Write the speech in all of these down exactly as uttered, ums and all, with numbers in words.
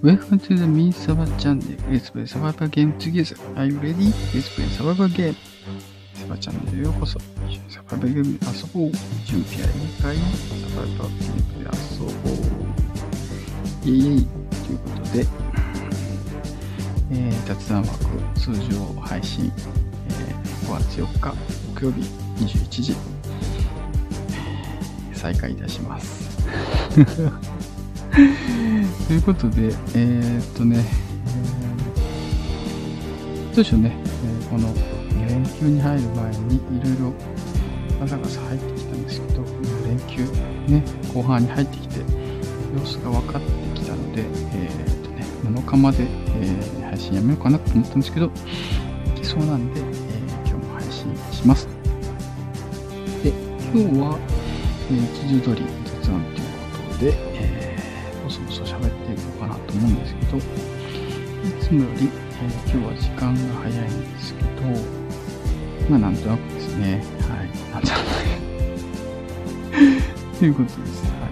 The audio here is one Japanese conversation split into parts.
Welcome to the Me Saba channel. Let's play survival game together. Are you ready? Let's play survival game. サバチャンネルへようこそ。一緒にサバイバルゲームで遊ぼう。準備は理解。サバイバルゲームで遊ぼう。イェイイェイ。ということで、えー、雑談枠通常配信、えー、ごがつよっか木曜日にじゅういちじ再開いたします。ということで、えー、っとね、えー、当初ね、えー、この連休に入る前にいろいろガサガサ入ってきたんですけど、連休ね、後半に入ってきて様子が分かってきたので、えー、っとね、なのかまで、えー、配信やめようかなと思ったんですけど、いきそうなんで、えー、今日も配信します。で、今日は、えー、通常通り雑談ということで、えーボソボソ喋っていこうかなと思うんですけど、いつもより、えー、今日は時間が早いんですけど、まあなんとなくですね、はい、なんとなくということです。はい。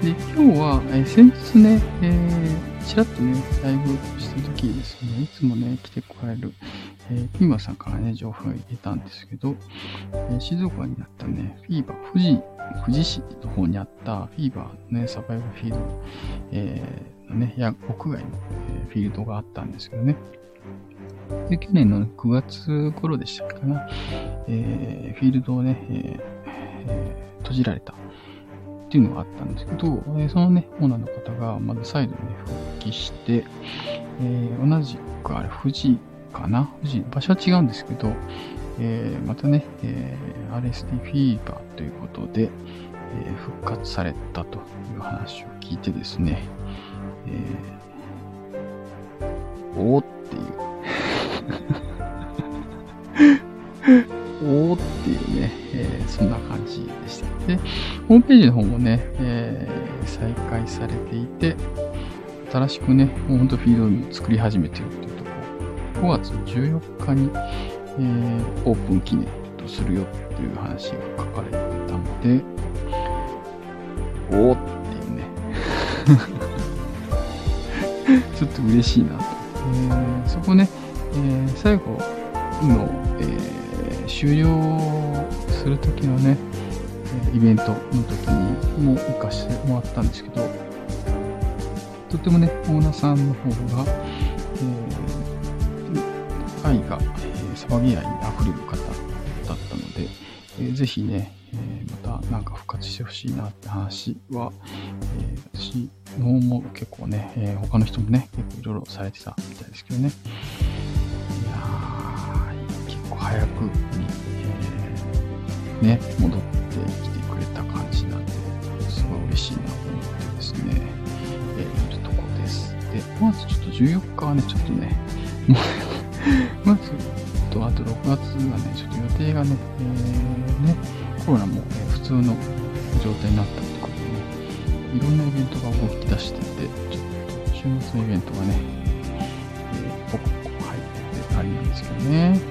で、今日は、えー、先日ね、えー、ちらっとね、ライブした時にですね、いつもね、来てこられる、えー、ピーマさんからね、情報を入れたんですけど、えー、静岡にあったね、フィーバー、富士、富士市の方にあったフィーバーのね、サバイバルフィールド、えー、のね、や屋外の、えー、フィールドがあったんですけどね。で、去年のくがつ頃でしたかな、えー、フィールドをね、えーえー、閉じられたっていうのがあったんですけど、えー、そのね、オーナーの方がまだ再度ね、復帰して、えー、同じくあれ、富士かな富士、場所は違うんですけど、えー、またね、えー、アールエスディー フィーバーということで、えー、復活されたという話を聞いてですね、えー、おーっていうおーっていうね、えー、そんな感じでした。で、ホームページの方もね、えー、再開されていて、新しくね、もうほんとフィールドを作り始めているというところ、ごがつじゅうよっかにえー、オープン記念とするよっていう話が書かれていたので、おーっていうねちょっと嬉しいなと、えー、そこね、えー、最後の、えー、終了する時のねイベントの時にも行かしてもらったんですけど、とてもねオーナーさんの方が、えー、愛が騒ぎ合いに溢れる方だったので、えー、ぜひね、えー、またなんか復活してほしいなって話は、えー、私の方も結構ね、えー、他の人もね、結構いろいろされてたみたいですけどね。いやー、結構早くに、えー、ね、戻ってきてくれた感じなんで、すごい嬉しいなと思ってですね、えー、いるとこです。で、まずちょっとじゅうよっかはね、ちょっとね、もうまず、とあとろくがつがね、ちょっと予定がね、えー、ね、コロナも、ね、普通の状態になったってことでね、いろんなイベントが動き出してて、ちょっと週末のイベントがね、えー、ポコポコ入っててありなんですけどね、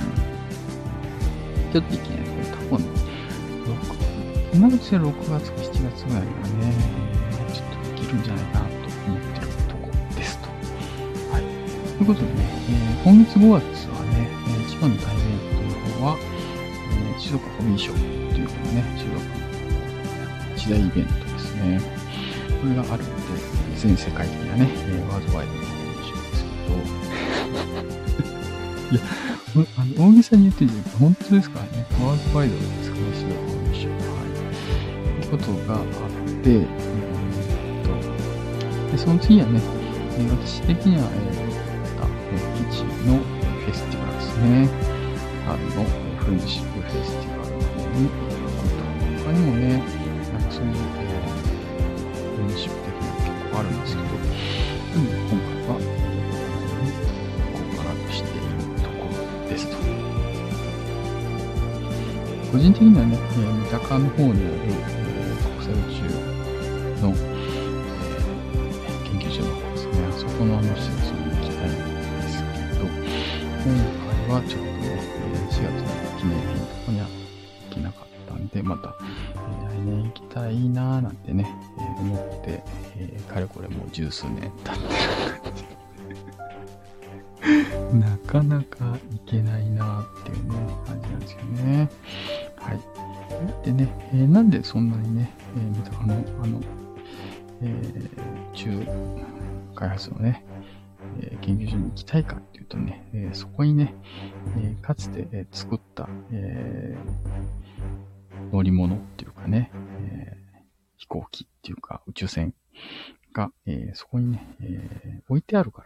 うん。ちょっといきなりこれ多分、今のうちはろくがつかしちがつぐらいがね、ちょっとできるんじゃないかなと思ってるとこですと。はい。ということでね、えー、今月ごがつはね、一番の大イベントの方は、えー、静岡ホビーショーということでね、中学の一大イベントですね。これがあるので、全世界的なね、えー、ワールドワイドのホビーショーですけど、いや、あの大げさに言ってるんじゃなくて、本当ですからね、ワールドワイドですからね、静岡ホビーショー。はい。ということがあって、えー、とでその次はね、えー、私的には、えー、また本基地のフェスティバルですね。春のフレンドシップフェスティバルの方に行くと。他にもね、なんかそういう、えー、フレンドシップ的なの結構あるんですけど、でも今回は、えー、ここからしているところですと。個人的にはね、えー、三鷹の方にある、えー、国際宇宙の、えー、研究所の方ですね。あそこのあの施設に行きたいんですけど、今回はちょっとね、しがつの記念日のとこには行けなかったんで、また、えー、来年行きたいなーなんてね、えー、思って、ええー、かれこれもう十数年経ってる感じ。なかなかいけないなっていうね、感じなんですよね。はい。でね、えー、なんでそんなにね、えー、メタカの、あの、えー、中開発のね、えー、研究所に行きたいかっていうとね、えー、そこにね、えー、かつて、えー、作った、えー、乗り物っていうかね、えー、飛行機っていうか宇宙船が、えー、そこにね、えー、置いてあるから。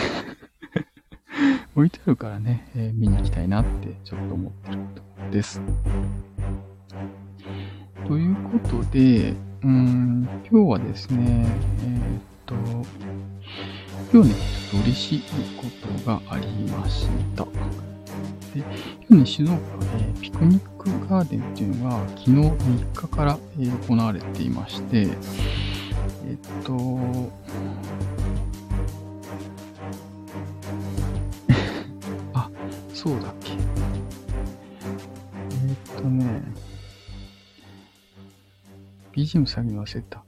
置いてあるからね、えー、見に行きたいなってちょっと思ってるところです。ということで、うーん、今日はですね、えー、っと、今日ね、ちょっと嬉しいことがありました。で、今日ね、静岡、えー、ピクニックガーデンっていうのが昨日みっかから、えー、行われていまして、えー、っと、あ、そうだっけ。えー、っとね、ビージーエム 下げ忘れた。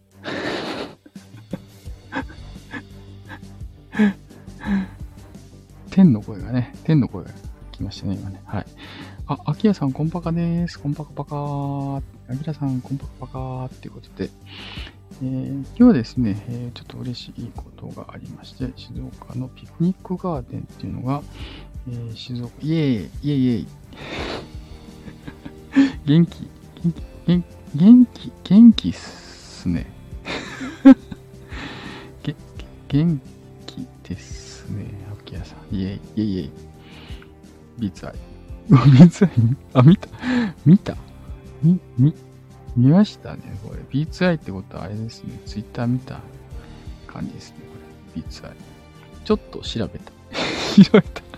天の声がね、天の声が来ましたね、今ね。はい。あ、アキラさん、こんぱかです。こんぱかぱかー。アキラさん、こんぱかぱかー。っていうことで、えー、今日はですね、えー、ちょっと嬉しいことがありまして、静岡のピクニックガーデンっていうのが、えー、静岡、イエーイ、イエイイエイ。元気、元気、元気、元気、元気っすね。げ、元気ですね、アキラさん。イエイ、イエイイエイ。ビーツアイ。ビーツアイあ、見た見たみ、み、見ましたね、これ。ビーツアイってことはあれですね。ツイッター見た感じですね、これ。ビーツアイ。ちょっと調べた。調べた。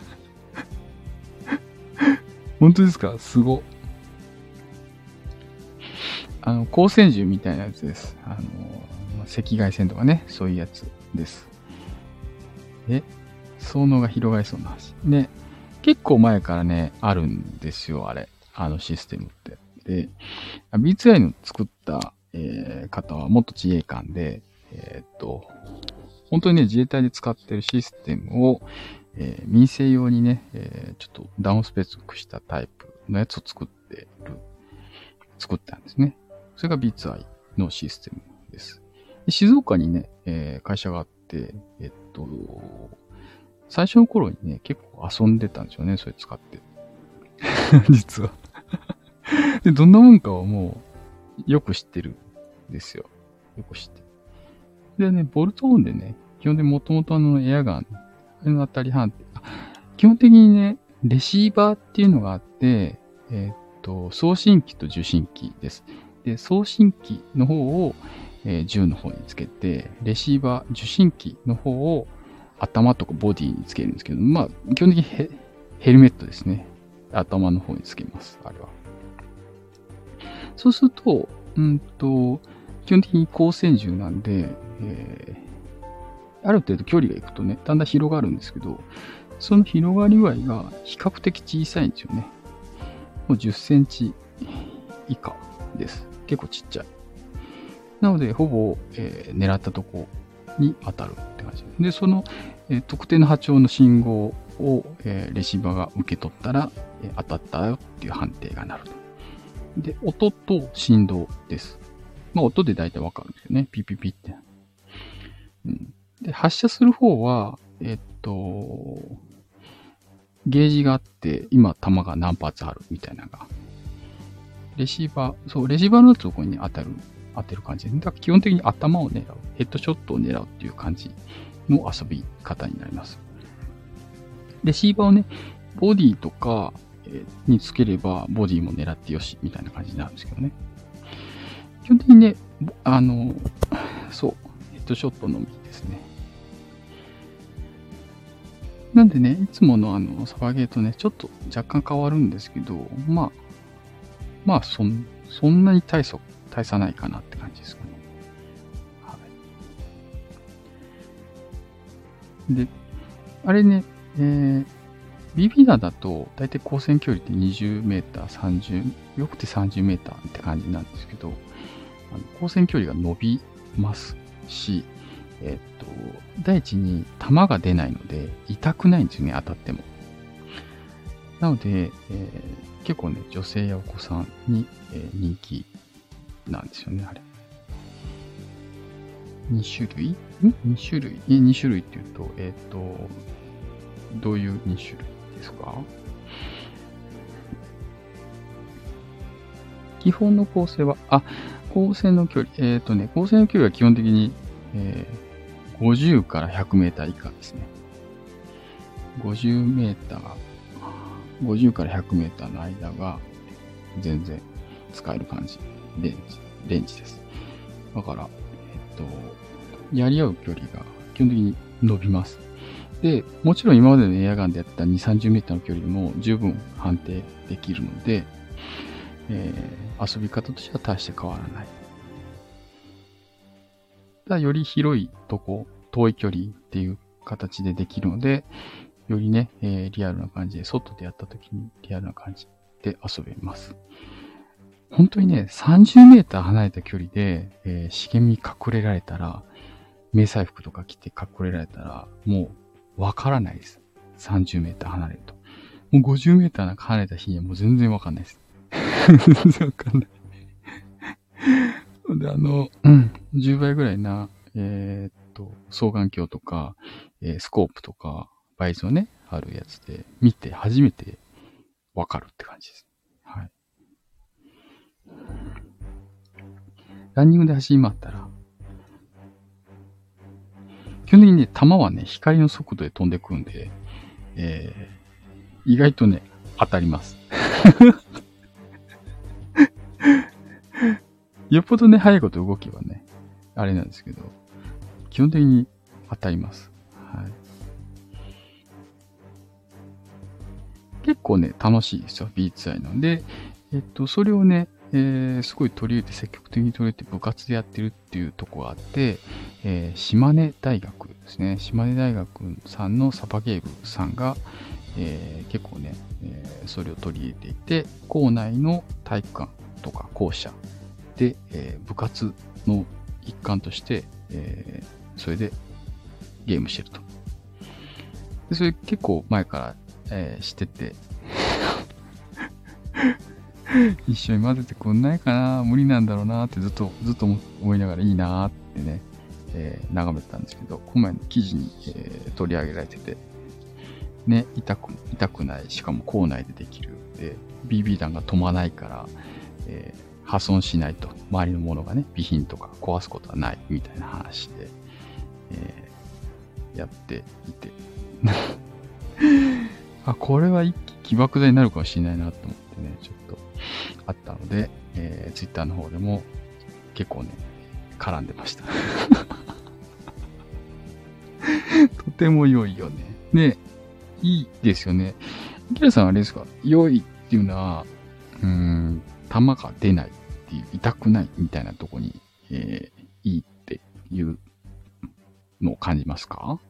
本当ですか？すご。あの、光線銃みたいなやつです。あの、赤外線とかね、そういうやつです。で、そのが広がりそうな話。ね、結構前からね、あるんですよ、あれ。あのシステムって。で、ビーツアイ の作った、えー、方は元自衛官で、えー、っと、本当にね、自衛隊で使ってるシステムを、えー、民生用にね、えー、ちょっとダウンスペックしたタイプのやつを作ってる、作ったんですね。それが ビーツアイ のシステムです。で静岡にね、えー、会社があって、えっと、最初の頃にね、結構遊んでたんですよね、それ使って。実は。で、どんなもんかはもう、よく知ってるんですよ。よく知ってる。でね、ボルトオンでね、基本的に元々のエアガン、あれの当たり判定。基本的にね、レシーバーっていうのがあって、えー、っと、送信機と受信機です。で、送信機の方を、えー、銃の方につけて、レシーバー、受信機の方を頭とかボディにつけるんですけど、まあ、基本的に ヘ, ヘルメットですね。頭の方につけます、あれは。そうすると、うんと、基本的に光線銃なんで、えー、ある程度距離がいくとね、だんだん広がるんですけど、その広がり具合が比較的小さいんですよね。もうじゅっセンチ以下です。結構ちっちゃい。なので、ほぼ、えー、狙ったとこに当たるって感じです。で、その、えー、特定の波長の信号を、えー、レシーバーが受け取ったら、えー、当たったよっていう判定がなると。で、音と振動です。まあ、音で大体わかるんですよね。ピピピって。うん、で、発射する方は、えっと、ゲージがあって、今、弾が何発あるみたいなのが。レシーバー、そう、レシーバーのところに当たる、当てる感じで。だから基本的に頭を狙う、ヘッドショットを狙うっていう感じの遊び方になります。レシーバーをね、ボディとかにつければ、ボディも狙ってよし、みたいな感じになるんですけどね。基本的にね、あの、そう、ヘッドショットのみですね。なんでね、いつものあの、サバゲーとね、ちょっと若干変わるんですけど、まあ、まあ、そん、そんなに大差、大差ないかなって感じですかね。はい。で、あれね、えー、ビービー 弾だと、だいたい光線距離ってにじゅうメーター、さんじゅう、よくてさんじゅうメーターって感じなんですけど、あの光線距離が伸びます。 し、えっと、第一に弾が出ないので痛くないんですよね、当たっても。なので、えー、結構ね、女性やお子さんに、えー、人気なんですよね、あれ。に種類ん ?に 種類え、に種類って言うと、えっと、どういうに種類ですか？基本の構成は、あ、光線の距離、えっとね、光線の距離は基本的に、えー、ごじゅうからひゃくメーター以下ですね。ごじゅうメーター、ごじゅうからひゃくメーターの間が全然使える感じ。レンジ、レンジです。だから、えっと、やり合う距離が基本的に伸びます。で、もちろん今までのエアガンでやったに、さんじゅうメーターの距離も十分判定できるので、えー、遊び方としては大して変わらない。ただより広いとこ、遠い距離っていう形でできるので、よりね、えー、リアルな感じで、外でやった時にリアルな感じで遊べます。本当にね、さんじゅうメーター離れた距離で、えー、茂み隠れられたら、迷彩服とか着て隠れられたら、もうわからないです。さんじゅうメーター離れると。もうごじゅうメーターなんか離れた日にはもう全然わかんないです。全然わかんない。で、あの、うん、じゅうばいぐらいな、えー、っと、双眼鏡とか、えー、スコープとか、倍増ね、あるやつで見て初めてわかるって感じです。はい。ランニングで走り回ったら、基本的にね、弾はね、光の速度で飛んでくるんで、えー、意外とね、当たります。よっぽどね、早いこと動けばね、あれなんですけど、基本的に当たります。はい。結構ね、楽しいですよ、ビーツアイなので、えっと、それをね、えー、すごい取り入れて、積極的に取り入れて部活でやってるっていうところがあって、えー、島根大学ですね。島根大学さんのサバゲー部さんが、えー、結構ね、えー、それを取り入れていて、校内の体育館とか校舎で、えー、部活の一環として、えー、それでゲームしてると。でそれ結構前から、えー、してて、一緒に混ぜてくんないかな、無理なんだろうなってずっと、ずっと思いながらいいなってね、えー、眺めてたんですけど、今回の記事に、えー、取り上げられてて、ね、痛く、痛くない、しかも校内でできる。で、ビービー 弾が飛まないから、えー、破損しないと、周りのものがね、備品とか壊すことはないみたいな話で、えー、やっていて、あ、これは一気起爆剤になるかもしれないなと思ってね、ちょっとあったので、えー、ツイッターの方でも結構ね、絡んでました。とても良いよね。ね、いいですよね。キラさんはあれですか？良いっていうのは、うーん、弾が出ないっていう、痛くないみたいなとこに、えー、いいっていうのを感じますか？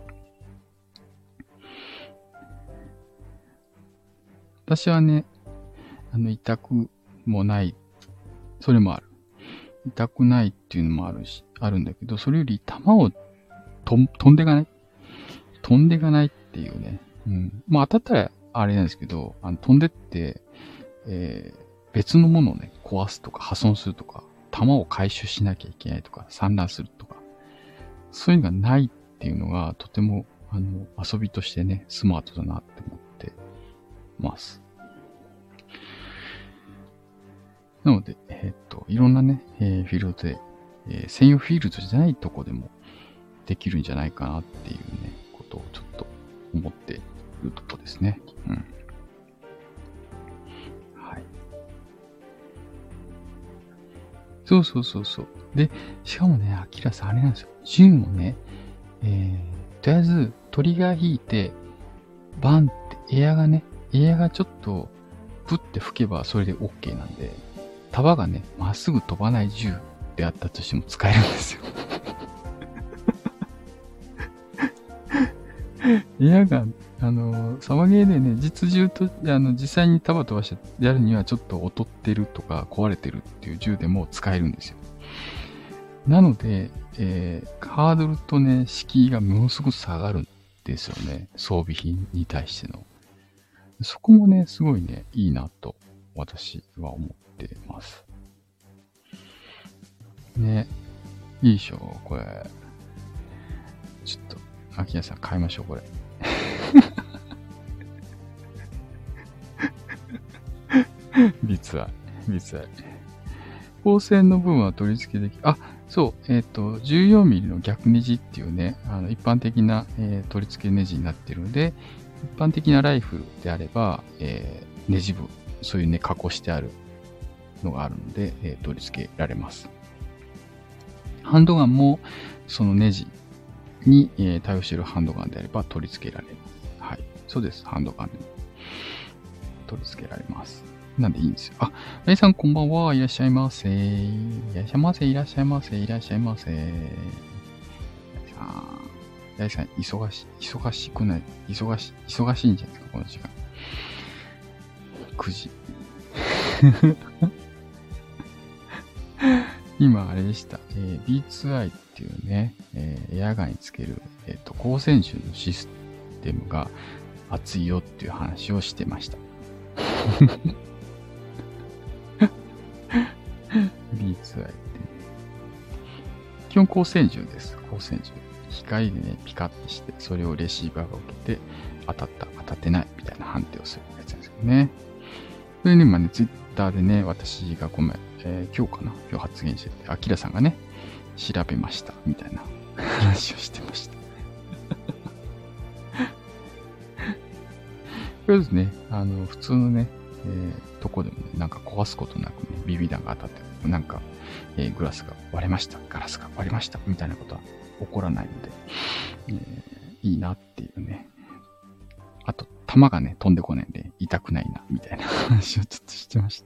私はね、あの、痛くもない、それもある。痛くないっていうのもあるし、あるんだけど、それより弾をと飛んでいかない飛んでいかないっていうね。うん。まあ当たったらあれなんですけど、あの飛んでって、えー、別のものをね、壊すとか破損するとか、弾を回収しなきゃいけないとか、散乱するとか、そういうのがないっていうのが、とても、あの、遊びとしてね、スマートだなって思ってます。なので、えー、っと、いろんなね、えー、フィールドで、えー、専用フィールドじゃないとこでもできるんじゃないかなっていうね、ことをちょっと思っているとこですね。うん。はい。そうそうそうそう。で、しかもね、アキラさんあれなんですよ。銃もね、えー、とりあえずトリガー引いて、バンってエアがね、エアがちょっと、プって吹けばそれで OK なんで、弾がね、まっすぐ飛ばない銃であったとしても使えるんですよ。エアガン、あの、サバゲーでね、実銃と、あの、実際に弾飛ばしてやるにはちょっと劣ってるとか壊れてるっていう銃でも使えるんですよ。 なので、えー、ハードルとね、敷居がものすごく下がるんですよね。装備品に対しての。そこもね、すごいね、いいなと、私は思ってます。ね、いいでしょ、これ。ちょっと、秋谷さん買いましょう、これ。実は、実は。光線の部分は取り付けでき、あ、そう、えっ、ー、と、じゅうよんミリの逆ネジっていうね、あの一般的な、えー、取り付けネジになっているので、一般的なライフルであれば、えー、ネジ部、そういうね、加工してあるのがあるので、えー、取り付けられます。ハンドガンも、そのネジに、えー、対応しているハンドガンであれば取り付けられます。はい。そうです。ハンドガンに取り付けられます。なんでいいんですよ。あ、ライさんこんばんは。いらっしゃいませ。いらっしゃいませ。いらっしゃいませ。いらっしゃいませ。ライさん、忙しい、忙しくない、忙しい、忙しいんじゃないですか、この時間。くじ。今、あれでした。えー、ビーツアイ っていうね、えー、エアガンにつける、えっと、光線銃のシステムが熱いよっていう話をしてました。ビーツアイ って、ね。基本光線銃です。光線銃。光でね、ピカッとして、それをレシーバーが受けて、当たった、当たってない、みたいな判定をするやつなんですけどね。それね、今ね、ツイッターでね、私がごめん、えー、今日かな今日発言してて、アキラさんがね、調べました、みたいな話をしてました。とりあえずね、あの、普通のね、えー、とこでもね、なんか壊すことなくね、ビビ弾が当たって、なんか、えー、グラスが割れました、ガラスが割れました、みたいなことは起こらないので、えー、いいなっていうね。あと、弾がね、飛んでこないんで、痛くないな、みたいな話をちょっとしてました。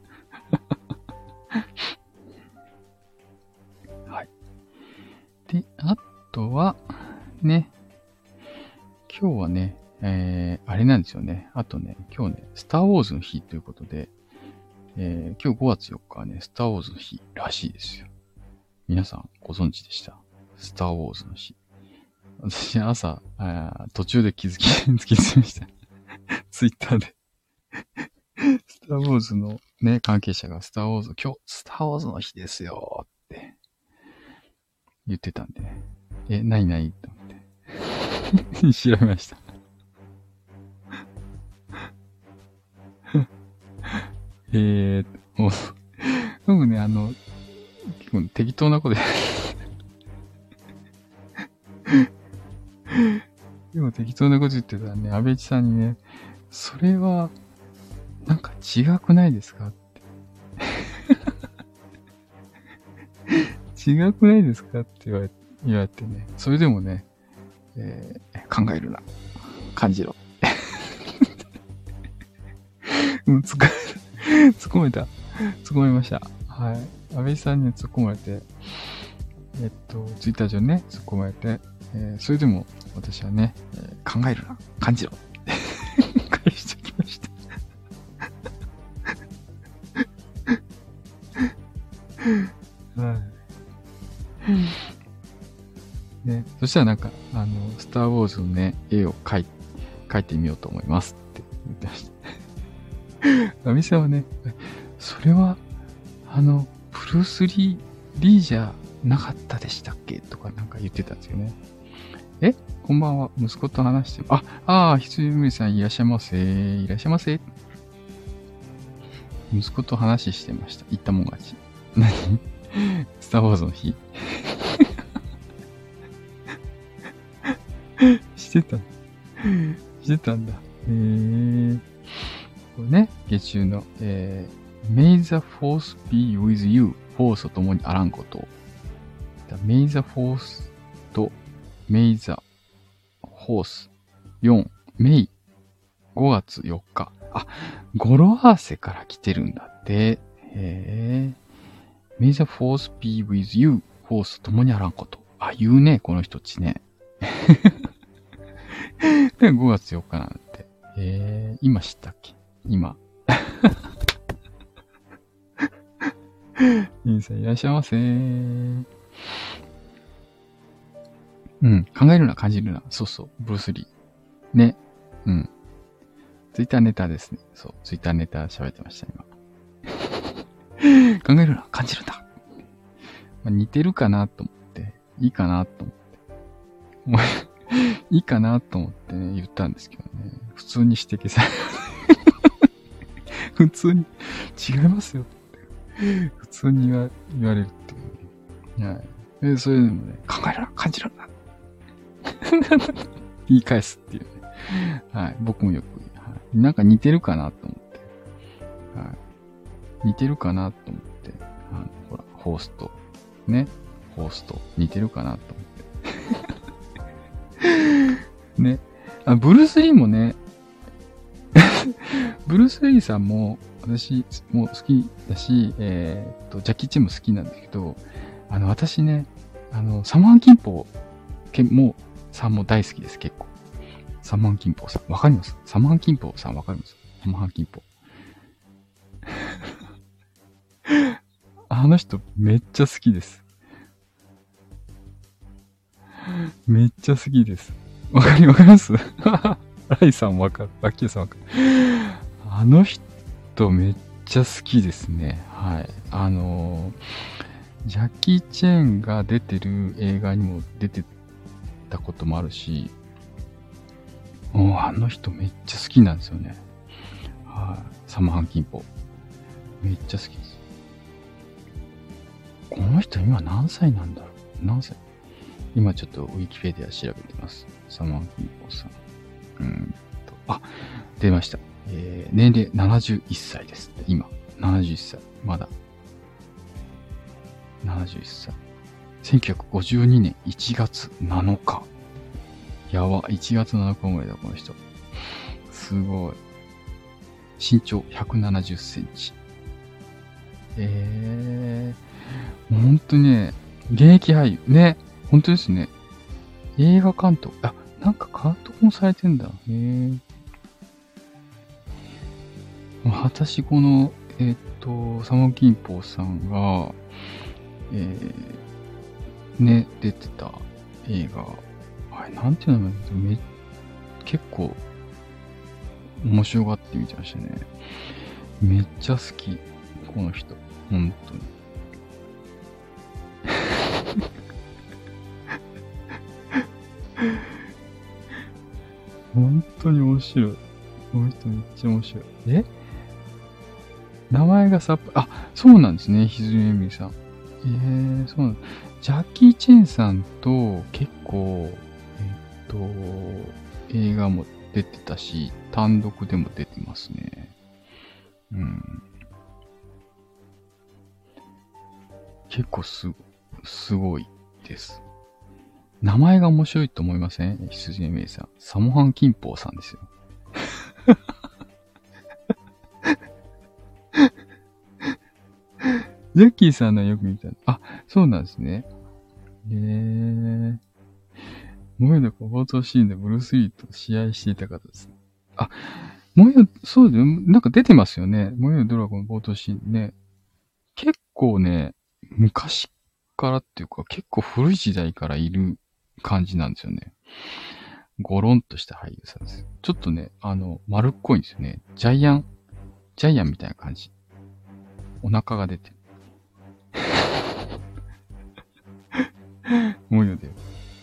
はい。で、あとは、ね、今日はね、えー、あれなんですよね。あとね、今日ね、スターウォーズの日ということで、えー、今日ごがつよっかはね、スターウォーズの日らしいですよ。皆さんご存知でした？スターウォーズの日。私朝、あ途中で気づき、気づきました。ツイッターで。スターウォーズのね、関係者がスターウォーズ、今日スターウォーズの日ですよって言ってたんでね。え、ないないと思って調べました。えー、もう、僕ね、あの、結構適当なことやでも適当なこと言ってたらね、安倍一さんにね、それは、なんか違くないですかって違くないですかって言われ言われてね、それでもね、えー、考えるな。感じろ。うん、突っ込めた。突っ込めました。はい。安倍さんに突っ込まれて、えっと、ツイッター上ね、突っ込まれて、えー、それでも私はね、えー、考えるな。感じろ。返してきました。はい。ね、そしたらなんか、あの、スターウォーズのね、絵を描い、描いてみようと思いますって言ってました。アミさんはね、それは、あの、ブルース・リー、リーじゃなかったでしたっけとかなんか言ってたんですよね。えこんばんは。息子と話して、あ、ああ、羊むりさんいらっしゃいませ。いらっしゃいませ。息子と話してました。言ったもん勝ち。何スターウォーズの日してた。してたんだ。へー。これね、月中の、えー、May the force be with you. フォースと共にあらんことを。May the force と May the force よん。May ごがつよっか。あ、語呂合わせから来てるんだって。へー。May the force be with you. フォースと共にあらんこと。あ、言うね、この人っちね。で、ごがつよっかなんて。えー、今知ったっけ今。皆さんいらっしゃいませー。 うん。考えるな、感じるな。そうそう。ブルース・リー。ね。うん。ツイッターネタですね。そう。ツイッターネタ喋ってました、今。考えるな、感じるんだ。まあ、似てるかなと思って、いいかなと思って。いいかなと思ってね、言ったんですけどね。普通に指摘され普通に、違いますよ。普通に言わ言われるっていうね。はい。でそういうのもね、考えるな、感じるな。言い返すっていうね。はい。僕もよく、はい、なんか似てるかなと思って。はい。似てるかなと思って。あの、ほら、ホースト。ね。ホースト。似てるかなと思って。ね。あ、ブルース・リーもね、ブルース・リーさんも、私も好きだし、えー、っと、ジャッキー・チェンも好きなんだけど、あの、私ね、あの、サマン・キンポも、さんも大好きです、結構。サマン・キンポさん。わかります？サマン・キンポさんわかります？サマン・キンポ。あの人、めっちゃ好きです。めっちゃ好きです。わかり、わかりますライさんわかる。ラッキーさんわかる。あの人、めっちゃ好きですね。はい。あのー、ジャッキー・チェンが出てる映画にも出てたこともあるし、もうあの人めっちゃ好きなんですよね。はい。サマハン・キンポ。めっちゃ好きです。この人今何歳なんだろう？何歳？今ちょっとウィキペディア調べてます。サマハン・キンポさん。うーんと、あ、出ました。えー、年齢ななじゅういっさいです。今。ななじゅういっさい。まだ。ななじゅういっさい。せんきゅうひゃくごじゅうにねんいちがつなのか。やば。いちがつなのか生まれだ、この人。すごい。身長ひゃくななじゅっセンチ。えー、ほんとね、現役俳優。ね。ほんとですね。映画監督。あ、なんか監督もされてんだ。へえ。私、この、えー、っと、サモン・キンポーさんが、えー、ね、出てた映画。あれ、なんていうのめ、結構、面白がって見てましたね。めっちゃ好き。この人。ほんとに。本当に面白い。この人めっちゃ面白い。え名前がさっぱ、あ、そうなんですね。ひずみえみさん。えー、そうなんジャッキー・チェンさんと結構、えっと、映画も出てたし、単独でも出てますね。うん。結構す、すごいです。名前が面白いと思いません？羊のメイさん。サモハン・キンポーさんですよ。ジャッキーさんのよく見た。あ、そうなんですね。へー。萌えの冒頭シーンでブルース・リーと試合していた方です。あ、萌え、そうだよ。なんか出てますよね。萌えのドラゴン冒頭シーンね。結構ね、昔からっていうか、結構古い時代からいる感じなんですよね。ゴロンとした俳優さんです。ちょっとね、あの、丸っこいんですよね。ジャイアン、ジャイアンみたいな感じ。お腹が出てる。もうよで。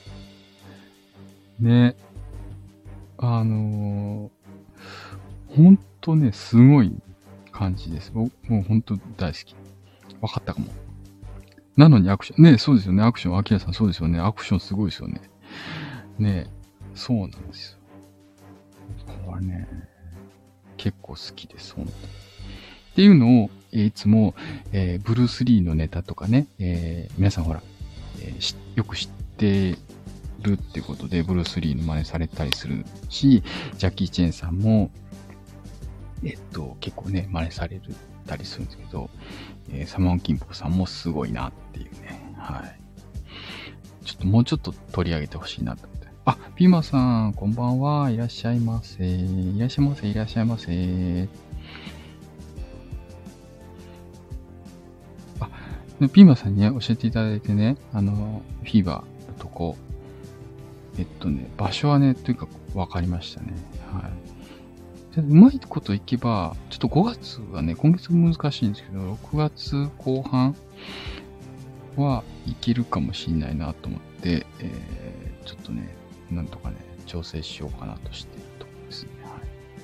ね。あのー、ほんとね、すごい感じです。もうほんと大好き。わかったかも。なのにアクション。ね、そうですよね。アクション、アキラさんそうですよね。アクションすごいですよね。ね、そうなんですよ。これね、結構好きです、ほんと。っていうのを、えー、いつも、えー、ブルース・リーのネタとかね、えー、皆さんほら、えー、よく知ってるっていうことで、ブルース・リーの真似されたりするし、ジャッキー・チェンさんも、えっと、結構ね、真似されたりするんですけど、えー、サマン・キンポさんもすごいなっていうね。はい。ちょっともうちょっと取り上げてほしいなと思って。あ、ピーマさん、こんばんは。いらっしゃいませ。いらっしゃいませ、いらっしゃいませ。あ、ピーマさんにね、教えていただいてね、あの、フィーバーのとこ、 えっとね、場所はね、とにかく分かりましたね。はい。でうまいこといけば、ちょっとごがつはね、今月難しいんですけど、ろくがつこう半はいけるかもしれないなと思って、えー、ちょっとね、なんとかね、調整しようかなとしているところですね。はい。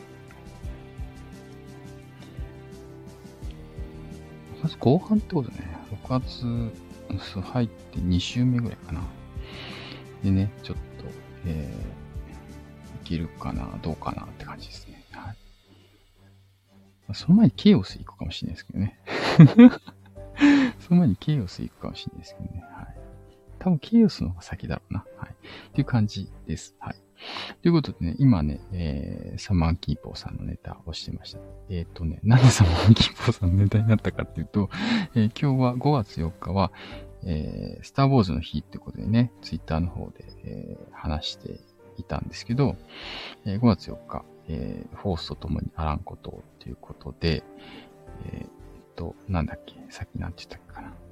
ろくがつこう半ってことね、ろくがつ入ってに週目ぐらいかな。でね、ちょっと、えー、いけるかな、どうかなって感じですね。はい。その前にケイオス行くかもしれないですけどね。その前にケイオス行くかもしれないですけどね。はい。多分ケイオスの方が先だろうな。はい。っていう感じです。はい。ということでね、今ね、えー、サマーキーポーさんのネタをしてました。えっとね、なんでサマーキーポーさんのネタになったかっていうと、えー、今日はごがつよっかは、えー、スターウォーズの日ってことでね、ツイッターの方で、えー、話していたんですけど、えー、ごがつよっか、えー、フォースと共にあらんことをということで、えー、っと、なんだっけ、さっきなんて言ったっけかな。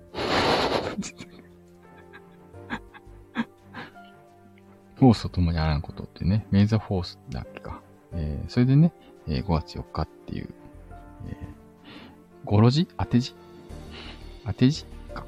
フォースと共にあらんことってね、メイザフォースだっけか。えー、それでね、えー、ごがつよっかっていう、えー、語呂字当て字当て字か。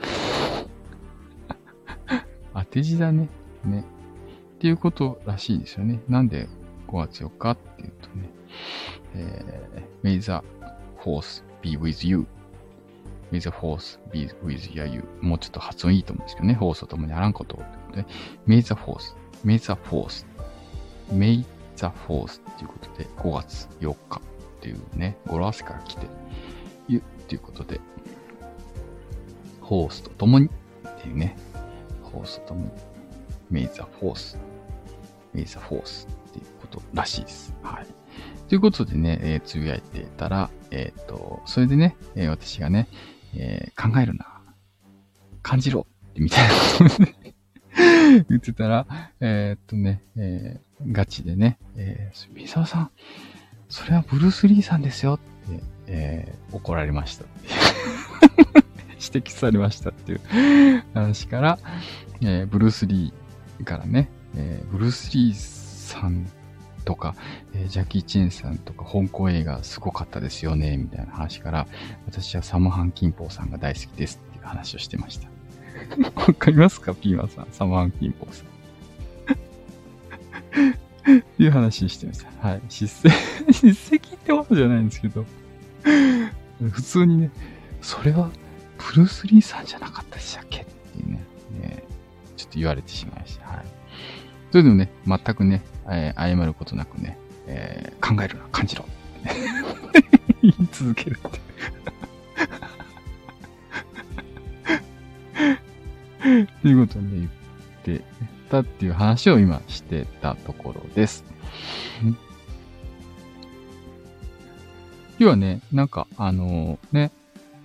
当て字だね。ね。っていうことらしいですよね。なんでごがつよっかっていうとね、えー、May the force be with you.May the force be with you. もうちょっと発音いいと思うんですけどね。フォースと共にあらんことを。で May the force.May the force.May the force っていうことでごがつよっかっていうね、語呂合わせから来て、ゆっていうことで、フォースと共にっていうね、フォースと共に May the force.May the force っていうことらしいです。はい。ということでね、えー、つぶやいてたら、えっと、それでね、えー、私がね、えー、考えるな、感じろってみたいなことで言ってたら、えー、っとね、えー、ガチでね、えー、三沢さん、それはブルース・リーさんですよって、えー、怒られました。指摘されましたっていう話から、えー、ブルース・リーからね、えー、ブルース・リーさんとか、えー、ジャッキー・チェンさんとか香港映画すごかったですよねみたいな話から、私はサムハン・キンポーさんが大好きですっていう話をしてました。わかりますかピーマンさん、サムハン・キンポーさん。っていう話してました。はい。叱責、叱責ってことじゃないんですけど、普通にね、それはブルース・リーさんじゃなかったでしたっけっていうね、ね、ちょっと言われてしまいました。はい。それでもね、全くね、えー、謝ることなくね、えー、考えるな、感じろ。言い続けるって。ということで、ね、言ってたっていう話を今してたところです。要はね、なんか、あのー、ね、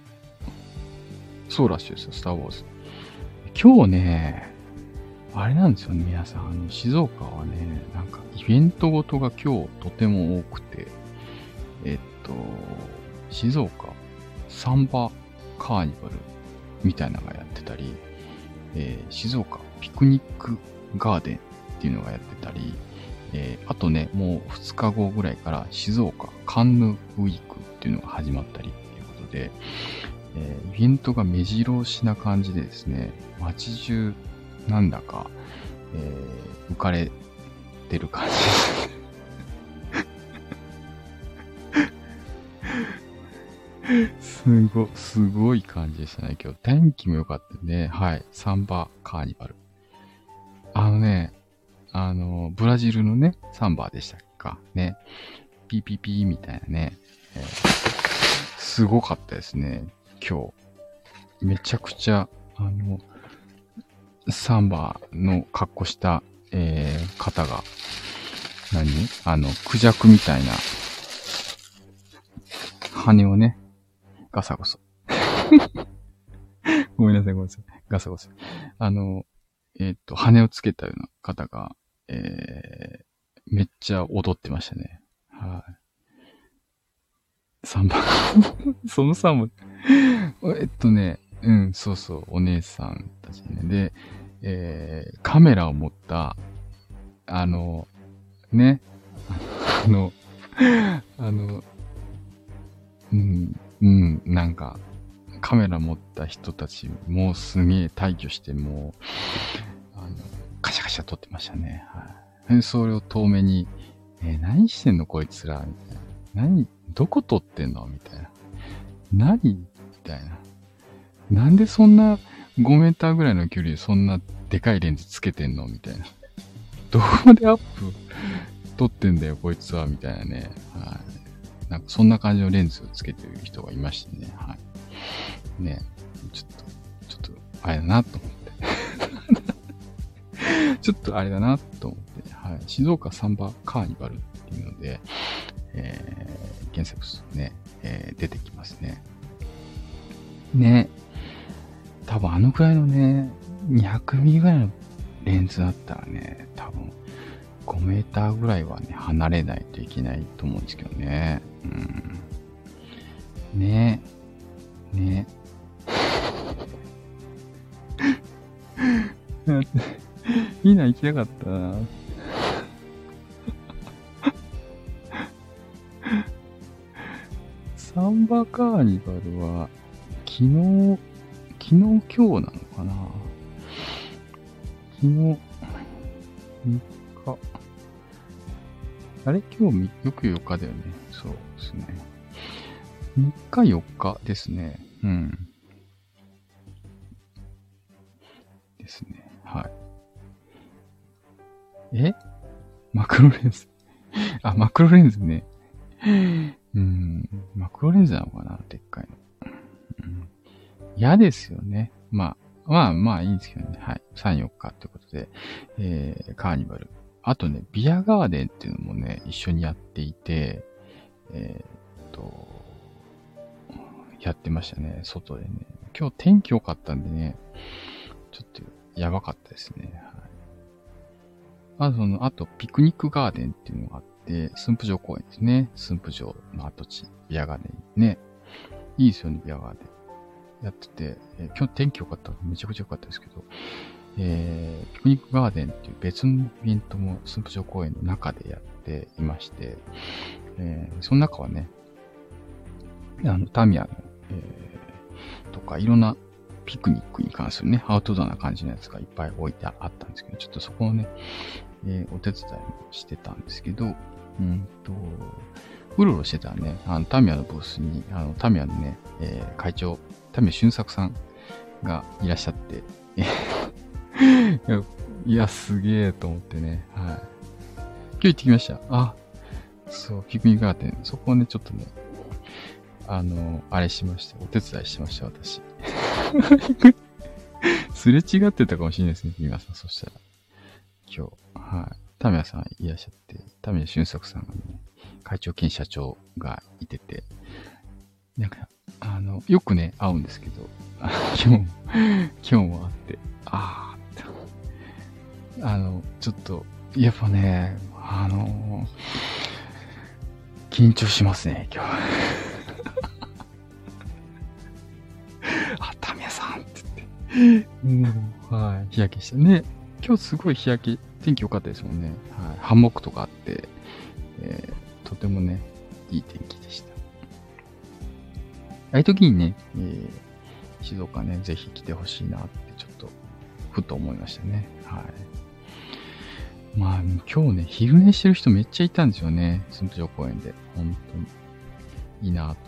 そうらしいですよ、スター・ウォーズ。今日ね、あれなんですよね、皆さん。あの、静岡はね、なんか、イベントごとが今日とても多くて、えっと、静岡サンバカーニバルみたいなのがやってたり、えー、静岡ピクニックガーデンっていうのがやってたり、えー、あとね、もうふつかごぐらいから静岡カンヌウィークっていうのが始まったりっていうことで、えー、イベントが目白押しな感じでですね、街中なんだか、えー、浮かれてる感じですね。すご、すごい感じでしたね。今日天気も良かったね。はい。サンバカーニバル。あのね、あの、ブラジルのね、サンバでしたかね。ピーピーピーみたいなね。えー、すごかったですね。今日。めちゃくちゃ、あの、サンバの格好した、えー、方が、何あの、クジャクみたいな、羽をね、ガサゴソ。ごめんなさい、ごめんなさい。ガサゴソ。あの、えっと、羽をつけたような方が、えー、めっちゃ踊ってましたね。はい。サンバ。そのサンバ。えっとね、うん、そうそう、お姉さんたちね。で、えー、カメラを持った、 あの、ね、あの、あの、うん、うん、なんか、カメラ持った人たち、もうすげえ退去して、もう、あの、カシャカシャ撮ってましたね。はい。それを遠目に、えー何してんのこいつらみたいな。何、どこ撮ってんのみたいな。何みたいな。なんでそんなごメーターぐらいの距離でそんなでかいレンズつけてんのみたいな。どこでアップ撮ってんだよ、こいつはみたいなね。はい。なんかそんな感じのレンズをつけてる人がいましてね。はい。ね。ちょっと、ちょっと、あれだなと思って。ちょっとあれだなと思って。はい。静岡サンバカーニバルっていうので、えー、検索するとね、えー、出てきますね。ね。多分あのくらいのね、にひゃくミリぐらいのレンズだったらね、多分ごメーターぐらいはね、離れないといけないと思うんですけどね。うん。ね。ね。いいな、行きたかったな。サンバカーニバルは、昨日、昨日今日なのかな。昨日、みっか。あれ今日よくよっかだよね。そうですね。みっかよっかですね。うん。ですね。はい。えマクロレンズ。あ、マクロレンズね。うん。マクロレンズなのかなでっかいの。うん、嫌ですよね。まあ、まあまあいいんですけどね。はい。さん、よっかということで、えー、カーニバル。あとね、ビアガーデンっていうのもね、一緒にやっていて、えー、っと、やってましたね。外でね。今日天気良かったんでね、ちょっとやばかったですね。はい。あと、その、あと、ピクニックガーデンっていうのがあって、駿府城公園ですね。駿府城の跡地、ビアガーデンね。いいですよね、ビアガーデン。やってて、えー、今日天気良かった。めちゃくちゃ良かったですけど、えー、ピクニックガーデンっていう別のイベントも駿府城公園の中でやっていまして、えー、その中はね、あの、タミヤの、えー、とか、いろんなピクニックに関するね、アウトドアな感じのやつがいっぱい置いてあったんですけど、ちょっとそこをね、えー、お手伝いもしてたんですけど、うんと、うろうろしてたらね、あの、タミヤのブースに、あの、タミヤのね、えー、会長、タミヤ俊作さんがいらっしゃって、いや、いやすげえと思ってね、はい。今日行ってきました。あ、そう、ピクニックガーデン、そこをね、ちょっとね、あの、あれしました。お手伝いしました、私。すれ違ってたかもしれないですね、皆さん。そしたら。今日、はい。タミヤさんいらっしゃって、タミヤ俊作さんがね、会長兼社長がいてて、なんか、あの、よくね、会うんですけど、今日、今日も会って、あーって、あの、ちょっと、やっぱね、あの、緊張しますね、今日。あ、タミヤさんって言って。もう、はい。日焼けしたね。今日すごい日焼け、天気良かったですもんね。はい。ハンモックとかあって、えー、とてもね、いい天気でした。ああいう時にね、えー、静岡ね、ぜひ来てほしいなってちょっと、ふと思いましたね。はい。まあ、今日ね、昼寝してる人めっちゃいたんですよね。駿府城公園で。本当に。いいなと思って。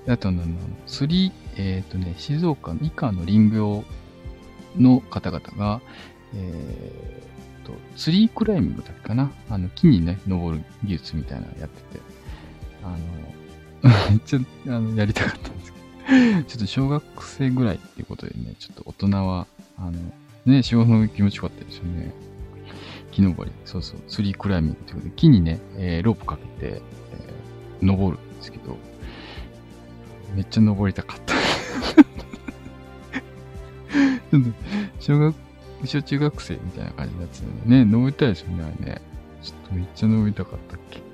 あと、あの、釣り、えっとね、静岡の以下の林業の方々が、えー、と、ツリークライミングだっけかな。あの、木にね、登る技術みたいなのやってて、あの、めっちゃ、あの、やりたかったんですけど、ちょっと小学生ぐらいっていうことでね、ちょっと大人は、あの、ね、仕事の気持ちよかったですよね。木登り。そうそう、ツリークライミングっていうことで、木にね、えー、ロープかけて、えー、登るんですけど、めっちゃ登りたかった。ちょっと、小学、小中学生みたいな感じになってたよね。ね、登りたいですよね、あれね。ちょっとめっちゃ登りたかったっけ。うん。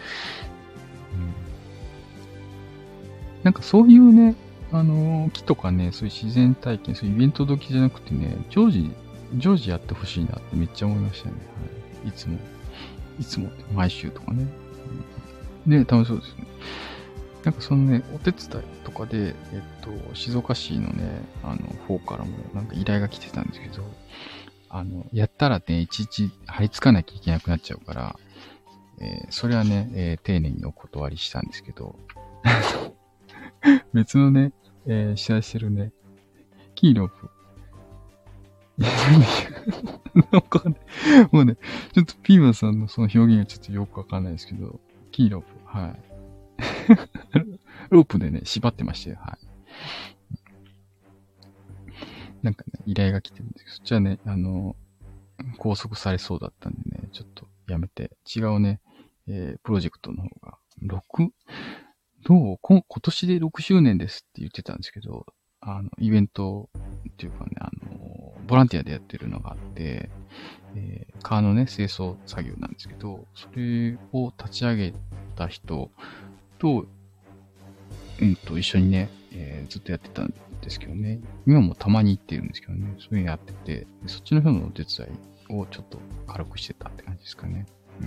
なんかそういうね、あのー、木とかね、そういう自然体験、そういうイベント時じゃなくてね、常時、常時やってほしいなってめっちゃ思いましたね。はいつも、いつも、毎週とかね。うん、ね、楽しそうですね。なんかそのね、お手伝いとかで、えっと、静岡市のね、あの、方からもなんか依頼が来てたんですけど、あの、やったらね、いちいち張り付かなきゃいけなくなっちゃうから、えー、それはね、えー、丁寧にお断りしたんですけど、別のね、えー、試合してるね、キーロープ。なんかね、もうね、ちょっとピーマンさんのその表現がちょっとよくわかんないですけど、キーロープ、はい。ロープでね、縛ってましたよ、はい。なんかね、依頼が来てるんですけど、そっちはね、あの、拘束されそうだったんでね、ちょっとやめて、違うね、えー、プロジェクトの方が、ろく? どう今年でろくしゅうねんですって言ってたんですけど、あの、イベントっていうかね、あの、ボランティアでやってるのがあって、えー、川のね、清掃作業なんですけど、それを立ち上げた人と、うんと、一緒にね、えー、ずっとやってたんですけどね、今もたまに行ってるんですけどね、そういうのやってて、そっちの方のお手伝いをちょっと軽くしてたって感じですかね。うん。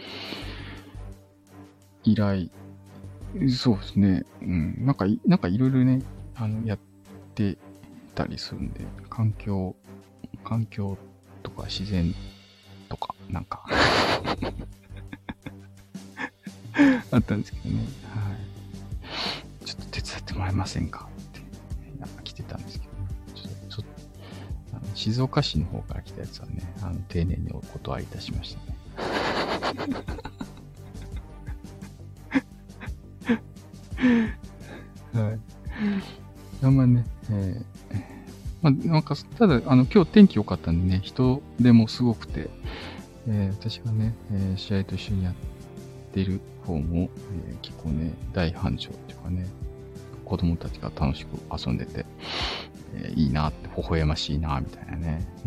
依頼、そうですね。うん。なんか、なんかいろいろね、あの、やってたりするんで、環境、環境とか自然とか、なんか、あったんですけどね。はい。ちょっと手伝ってもらえませんかって、なんか来てたんですけど、ね、ちょっと、ちょっと、あの静岡市の方から来たやつはね、あの、丁寧にお断りいたしましたね。はい。あんまね、えー、まあ、なんか、ただ、あの、今日天気良かったんでね、人でもすごくて、えー、私がね、えー、試合と一緒にやってる方も、えー、結構ね、大繁盛っていうかね、子供たちが楽しく遊んでて、えー、いいなって、微笑ましいな、みたいなね。うん。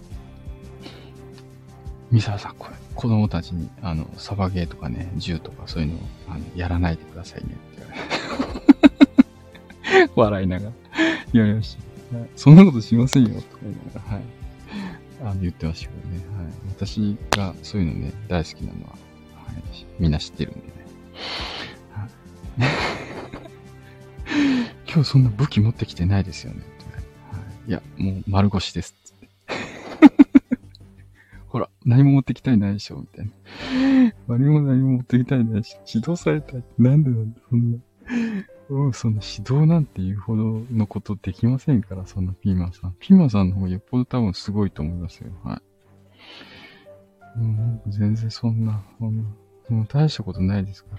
ミサさん、これ、子供たちに、あの、サバゲーとかね、銃とかそういうのを、あの、やらないでくださいねって言われて。笑いながら言われました。はい、そんなことしませんよ、とか言いながら、はい。あの言ってましたけどね。はい。私がそういうのね、大好きなのは、はい、みんな知ってるんでね。はい、今日そんな武器持ってきてないですよね。はい、いや、もう丸腰です。ほら、何も持ってきたいないでしょ、みたいな。何も何も持ってきたいないし、指導されたい。なんでなんだ、そんな。うん、そんな指導なんていうほどのことできませんから、そんなピーマンさん。ピーマンさんの方がよっぽど多分すごいと思いますよ。はい。うん、全然そんな、そんな、もう大したことないですから。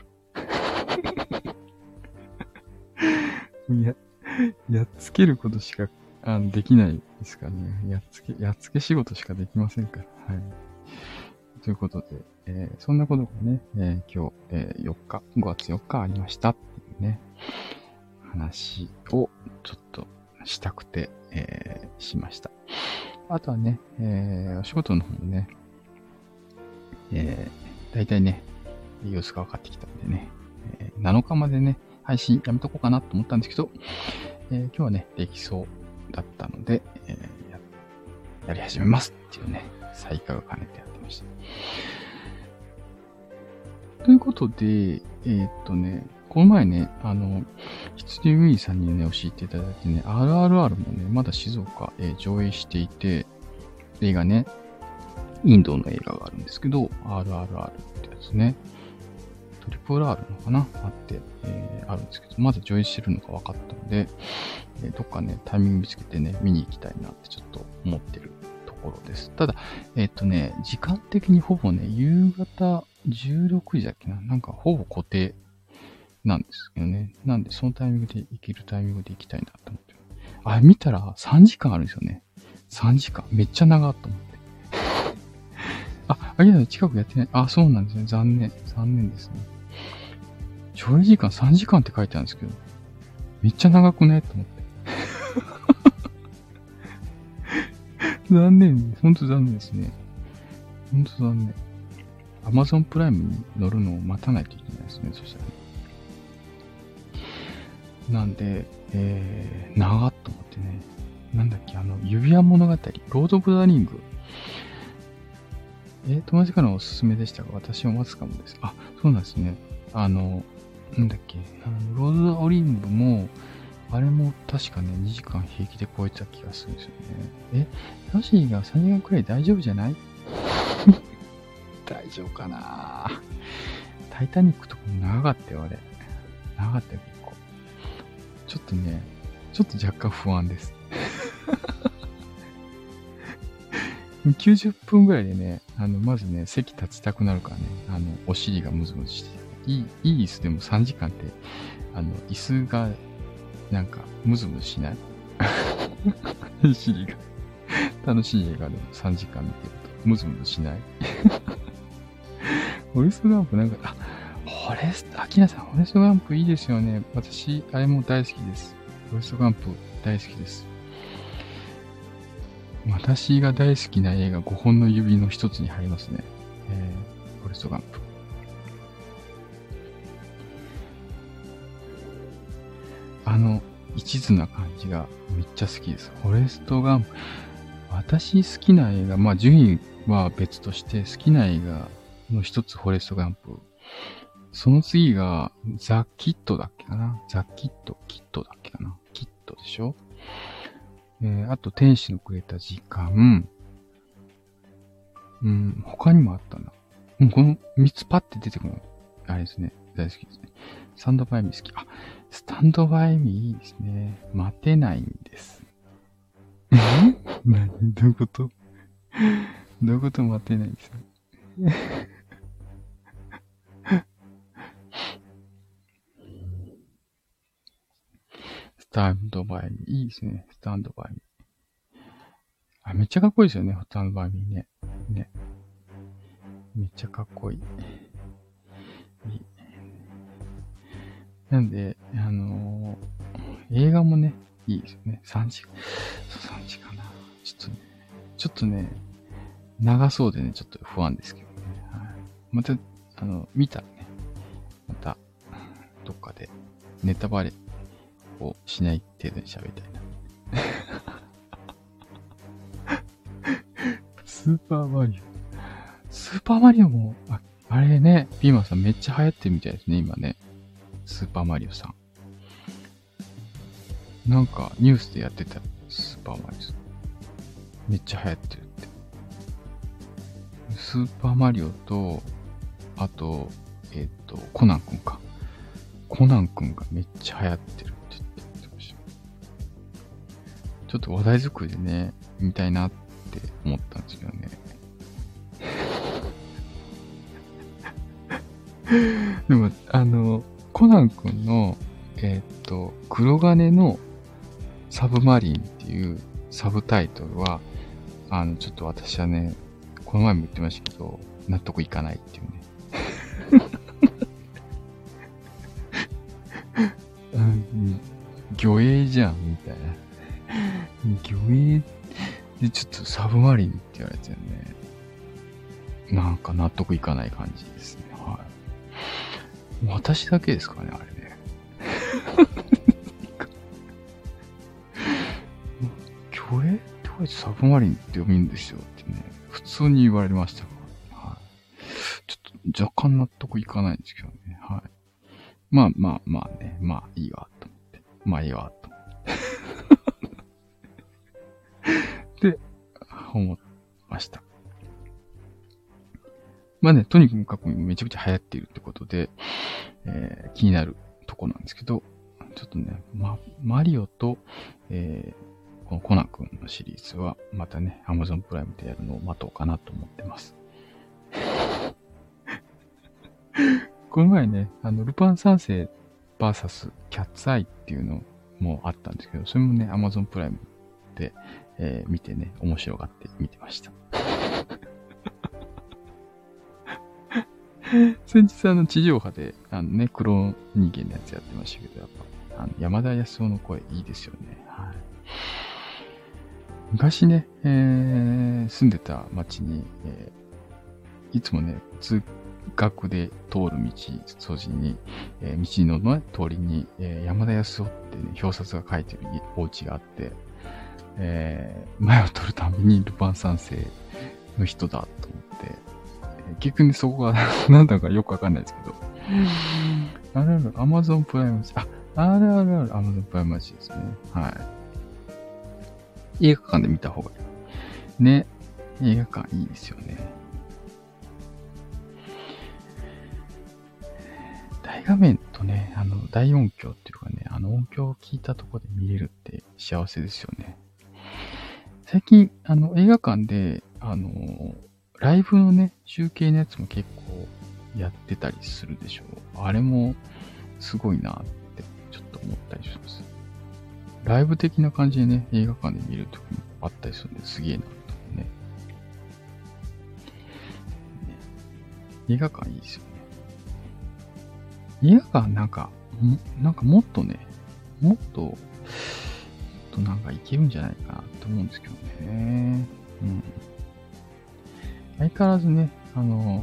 や、やっつけることしかあのできないですからね。やっつけ、やっつけ仕事しかできませんから。はい。ということで、えー、そんなことがね、えー、今日、えー、よっか、ごがつよっかありましたっていうね。話をちょっとしたくて、えー、しました。あとはね、えー、お仕事の方もね、えー、だいたいね、様子が分かってきたんでね、えー、なのかまでね、配信やめとこうかなと思ったんですけど、えー、今日はね、できそうだったので、えー、や, やり始めますっていうね、再開を兼ねてやってました。ということで、えー、っとね、この前ね、あの、羊ウィーさんにね、教えていただいてね、アールアールアール もね、まだ静岡、えー、上映していて、映画ね、インドの映画があるんですけど、アールアールアール ってやつね、トリプル R のかなあって、えー、あるんですけど、まだ上映してるのが分かったので、えー、どっかね、タイミング見つけてね、見に行きたいなってちょっと思ってるところです。ただ、えっとね、時間的にほぼね、夕方じゅうろくじだっけな、なんかほぼ固定なんですけどね。なんで、そのタイミングで行けるタイミングで行きたいなと思って。あ、見たらさんじかんあるんですよね。さんじかん。めっちゃ長いと思って。あ、あ、いや、近くやってない。あ、そうなんですね。残念。残念ですね。上映時間さんじかんって書いてあるんですけど、めっちゃ長くねと思って。残念。ほんと残念ですね。ほんと残念。Amazon プライムに乗るのを待たないといけないですね。そしたらね。なんで、えー、長っと思ってね。なんだっけ、あの、指輪物語、ロード・オブ・ザ・リングえ、友達からのおすすめでしたが、私も待つかもです。あ、そうなんですね。あの、なんだっけ、あの、ローズオリンブも、あれも確かね、にじかん平気で超えてた気がするんですよね。え、ヨシーがさんじかんくらい大丈夫じゃない大丈夫かな。タイタニックとかも長かったよ、あれ。長かったよ、結構。ちょっとね、ちょっと若干不安です。きゅうじゅっぷんぐらいでね、あの、まずね、席立ちたくなるからね、あの、お尻がムズムズして。いい、いい椅子でもさんじかんって、あの、椅子が、なんか、ムズムズしない尻が。楽しい映画でもさんじかん見てると、ムズムズしないフォレストガンプなんか、あ、フォレスト、アキナさん、フォレストガンプいいですよね。私、あれも大好きです。フォレストガンプ大好きです。私が大好きな映画ごほんの指の一つに入りますね。えー、フォレストガンプ。あの、一途な感じがめっちゃ好きです。フォレストガンプ。私好きな映画、まあ順位は別として好きな映画の一つフォレストガンプ。その次がザ・キットだっけかな。ザ・キット、キットだっけかな。キットでしょ。えー、あと天使のくれた時間。うん、他にもあったな。うん、この三つパッて出てくるの。あれですね。大好きですね。スタンドバイミー好き。あ、スタンドバイミーいいですね。待てないんです。何どういうことどういうこと待てないんですスタンドバイミー。いいですね。スタンドバイミー。あ、めっちゃかっこいいですよね。スタンドバイミーね。ね。めっちゃかっこいい。いいなんで、あのー、映画もね、いいですよね。さんじ、さんじかな。ちょっとね、ちょっとね、長そうでね、ちょっと不安ですけどね。はい、また、あの、見たらね、また、どっかでネタバレをしない程度に喋りたいな。スーパーマリオ。スーパーマリオも、あ、あれね、ピーマンさんめっちゃ流行ってるみたいですね、今ね。スーパーマリオさん。なんかニュースでやってたスーパーマリオさん。めっちゃ流行ってるって。スーパーマリオと、あと、えっ、ー、と、コナンくんか。コナンくんがめっちゃ流行ってるって言ってました。ちょっと話題作りでね、見たいなって思ったんですけどね。でも、あの、コナンくんの、えっ、ー、と、黒金のサブマリンっていうサブタイトルは、あの、ちょっと私はね、この前も言ってましたけど、納得いかないっていうね。うん、魚影じゃん、みたいな。魚影でちょっとサブマリンって言われてるね。なんか納得いかない感じですね。はい。私だけですかね、あれね。魚影ってこいつサブマリンって読むんですよってね。普通に言われましたから、ね。はい。ちょっと若干納得いかないんですけどね。はい。まあまあまあね。まあいいわ、と思って。まあいいわ、と思って。で、思いました。まあね、とにかくめちゃくちゃ流行っているってことで、えー、気になるとこなんですけど、ちょっとね、ま、マリオと、えー、このコナン君のシリーズは、またね、Amazon プライムでやるのを待とうかなと思ってます。この前ね、あの、ルパン三世 ブイエス キャッツアイっていうのもあったんですけど、それもね、Amazon プライムで、えー、見てね、面白がって見てました。先日あの地上波であのね、黒人間のやつやってましたけど、やっぱあの山田康夫の声いいですよね。はい。昔ね、えー、住んでた町に、えー、いつもね、通学で通る道筋に、えー、道の、ね、通りに、えー、山田康夫ってね、表札が書いてるお家があって、えー、前を通るたびにルパン三世の人だと思って、 結局ね、そこが何だかよくわかんないですけど。あるある、アマゾンプライムあ、あるあるある、アマゾンプライム街ですね。はい。映画館で見た方がいい。ね。映画館いいですよね。大画面とね、あの、大音響っていうかね、あの音響を聞いたところで見れるって幸せですよね。最近、あの、映画館で、あの、ライブのね、集計のやつも結構やってたりするでしょう。あれもすごいなってちょっと思ったりします。ライブ的な感じでね、映画館で見るときもあったりするんですげえなと思ね。映画館いいですよね。映画館なんか、なんかもっとね、もっと、もっとなんかいけるんじゃないかなと思うんですけどね。うん。相変わらずね、あの、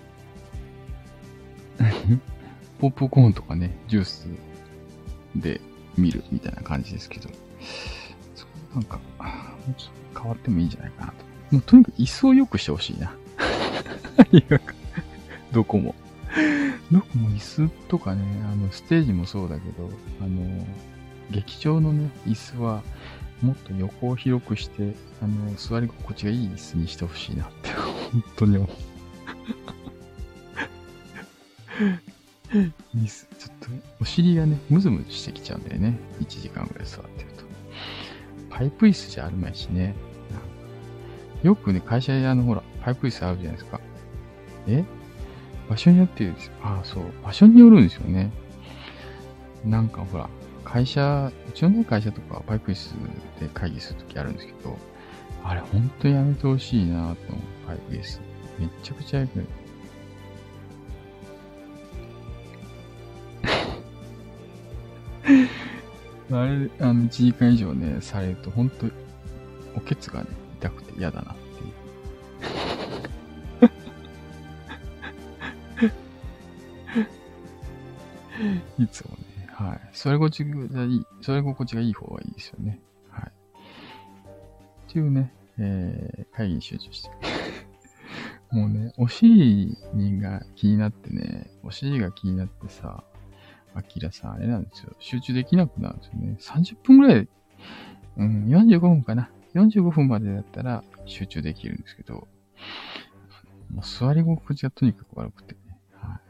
ポップコーンとかね、ジュースで見るみたいな感じですけど、そこなんか、もうちょっと変わってもいいんじゃないかなと。もうとにかく椅子を良くしてほしいな。映画館。どこも。どこも椅子とかね、あの、ステージもそうだけど、あの、劇場のね、椅子は、もっと横を広くして、あの、座り心地がいい椅子にしてほしいなって、本当に思う。椅子、ちょっと、お尻がね、ムズムズしてきちゃうんだよね。いちじかんぐらい座ってると。パイプ椅子じゃあるまいしね。よくね、会社であの、ほら、パイプ椅子あるじゃないですか。え場所によってですよ。ああ、そう。場所によるんですよね。なんかほら、会社、うちのね、会社とかパイプ椅子で会議するときあるんですけど、あれほんとやめてほしいなと思う。パイプ椅子。めっちゃくちゃよくあれ、あの、いちじかん以上ね、されるとほんと、おけつがね、痛くて嫌だなっていう。いつもね、はい。それ心地がいい、それ心地がいい方がいいですよね。はい。っていうね、えー、会議に集中して。もうね、お尻が気になってね、お尻が気になってさ、アキラさん、あれなんですよ。集中できなくなるんですよね。さんじゅっぷんぐらい、うん、よんじゅうごふんかな。よんじゅうごふんまでだったら集中できるんですけど、もう座り心地がとにかく悪くてね。はい。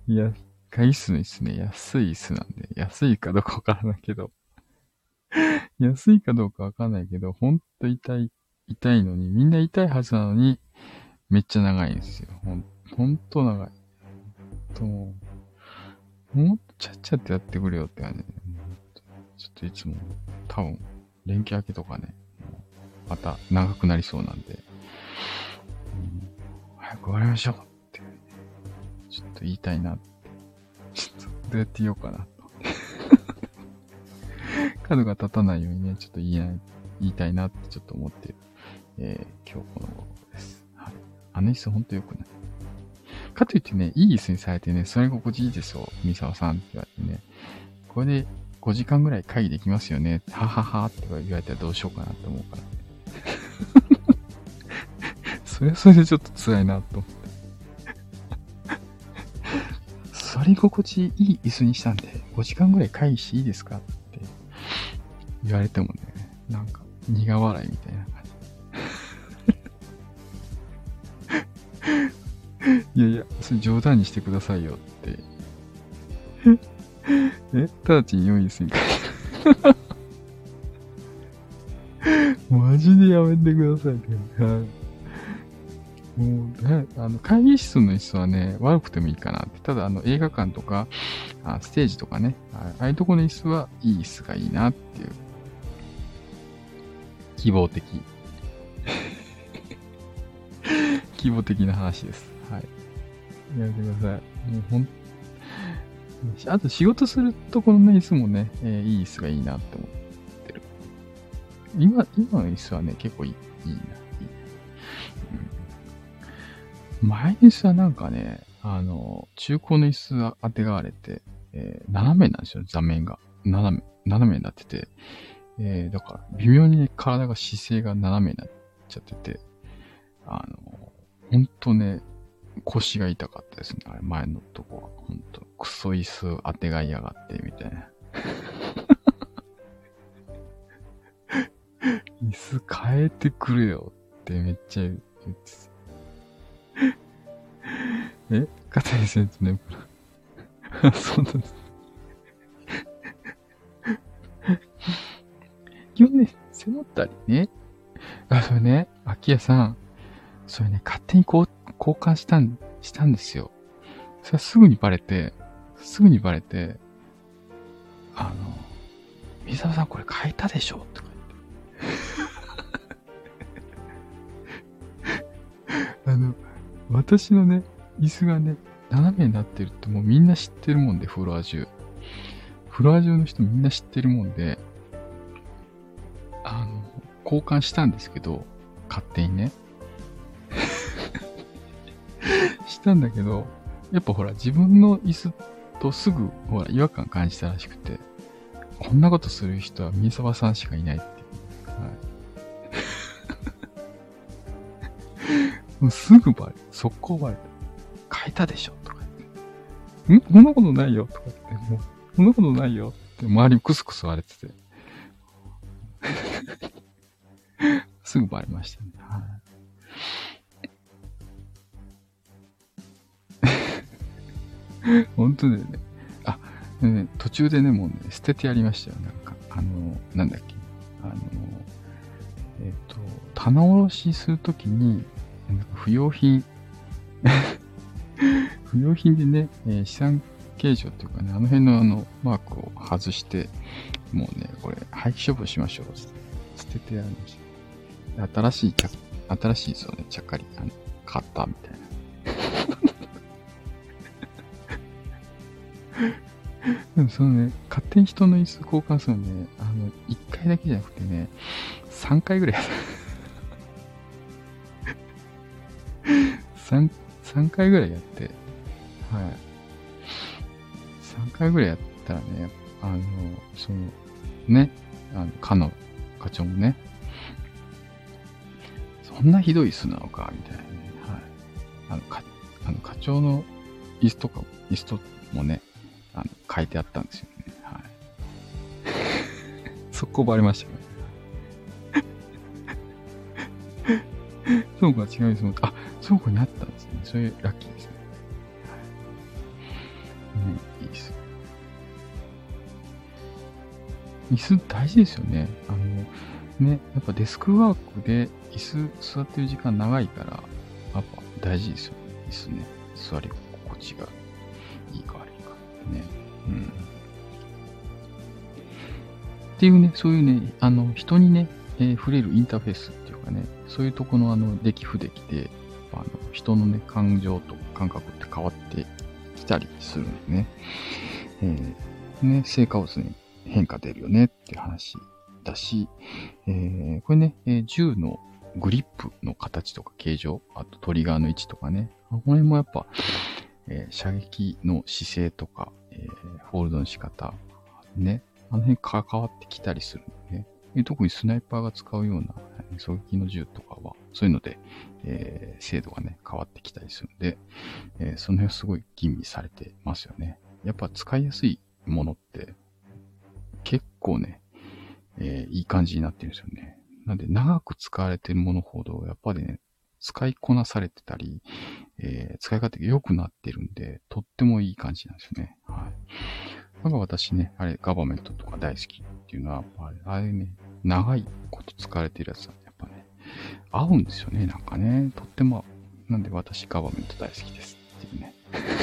いや、会議室の椅子ね、安い椅子なんで、安いかどうかわからないけど、安いかどうかわかんないけど、ほんと痛い、痛いのに、みんな痛いはずなのに、めっちゃ長いんですよ。ほん、ほんと長い。ともう、もっとちゃっちゃってやってくれよって感じで、ちょっといつも、多分、連休明けとかね、また長くなりそうなんで、うん、早く終わりましょうって、ちょっと言いたいなって。ちょっと、どうやって言おうかなと。角が立たないようにね、ちょっと言いない、言いたいなってちょっと思っている、えー、今日この頃です。はい。あの椅子ほんと良くない。かといってね、いい椅子にされてね、座り心地いいですよ、三沢さんって言われてね、これでごじかんぐらい会議できますよね、はははって言われたらどうしようかなって思うから。それはそれでちょっと辛いなと思って。座り心地いい椅子にしたんで、ごじかんぐらい会議していいですかって言われてもね、なんか苦笑いみたいな感じ。いやいや、それ冗談にしてくださいよって。え、直ちに良い椅子に変える。マジでやめてくださいね。はい。もうね、あの、会議室の椅子はね、悪くてもいいかなって。ただ、あの、映画館とか、あステージとかね、ああいうとこの椅子はいい椅子がいいなっていう。希望的。希望的な話です。はい。やめてください。もうほん、あと仕事するところの椅子もね、えー、いい椅子がいいなって思ってる。今、今の椅子はね、結構いい、いいな。いい、うん、前の椅子はなんかね、あの、中古の椅子が当てがわれて、えー、斜めなんですよ、座面が。斜め、斜めになってて、えー、だから、微妙に、ね、体が姿勢が斜めになっちゃってて、 あの、ほんとね、腰が痛かったですね。あれ、前のとこは。ほんと、クソ椅子当てがいやがって、みたいな。椅子変えてくれよってめっちゃ言ってた。え片井先生ね。そうなんです。基本ね、背もったりね。あ、それね、秋谷さん。それね、勝手にこう交換したん、したんですよ。それはすぐにバレて、すぐにバレて、あの、水沢さんこれ変えたでしょとか言って。あの、私のね、椅子がね、斜めになってるってもうみんな知ってるもんで、フロア中。フロア中の人みんな知ってるもんで、あの、交換したんですけど、勝手にね。したんだけど、やっぱほら、自分の椅子とすぐ、ほら、違和感感じたらしくて、こんなことする人は宮沢さんしかいないっていう。はい、もうすぐバレ、速攻バレた。変えたでしょとか言って。んそんなことないよとか言って、もう、そんなことないよって周りにクスクス割れてて。すぐバレましたね。はい。本当だよね。あ、ね、途中でね、もうね、捨ててやりましたよ。なんか、あの、なんだっけ。あの、えっと、棚卸しするときに、なんか不要品、不要品でね、えー資産計上っていうかね、あの辺のあの、マークを外して、もうね、これ、廃棄処分しましょう。捨ててやりました。新しい、新しいですよね、ちゃっかり、あの、買ったみたいな。でもそのね、勝手に人の椅子交換するのね、あの、いっかいだけじゃなくてね、さんかいぐらいや3、3回ぐらいやって、はい。さんかいぐらいやったらね、あの、その、ね、あの、課の課長もね、そんなひどい椅子なのか、みたいなね、はい。あの、か、あの、課長の椅子とか、椅子ともね、あの、書いてあったんですよね、はい。速攻バレましたね。倉庫が違う椅子も、あ、倉庫にあったんですね。そういうラッキーですね。はい。ね、いいです。椅子大事ですよね。あの、ね、やっぱデスクワークで椅子座ってる時間長いから、やっぱ大事ですよね。椅子ね。座り心地がいいか悪いか。ね。うん。っていうね、そういうね、あの、人にね、えー触れるインターフェースっていうかね、そういうとこのあの、出来不出来で、あの、人のね、感情と感覚って変わってきたりするんでね。えー、ね、成果物に変化出るよねっていう話だし、えー、これね、えー銃のグリップの形とか形状、あとトリガーの位置とかね、この辺もやっぱ、えー射撃の姿勢とか、えーホールドの仕方、ね、あの辺関わってきたりするんでね。えー特にスナイパーが使うようなえー狙撃の銃とかは、そういうので、えー精度がね、変わってきたりするんで、えーその辺はすごい吟味されてますよね。やっぱ使いやすいものって、結構ね、えーいい感じになってるんですよね。なんで、長く使われてるものほど、やっぱりね、使いこなされてたり、えー使い方が良くなってるんで、とってもいい感じなんですよね。はい。だから私ね、あれ、ガバメントとか大好きっていうのは、あれ、あれね、長いこと使われてるやつは、やっぱね、合うんですよね、なんかね。とっても合う。なんで私、ガバメント大好きですっていうね。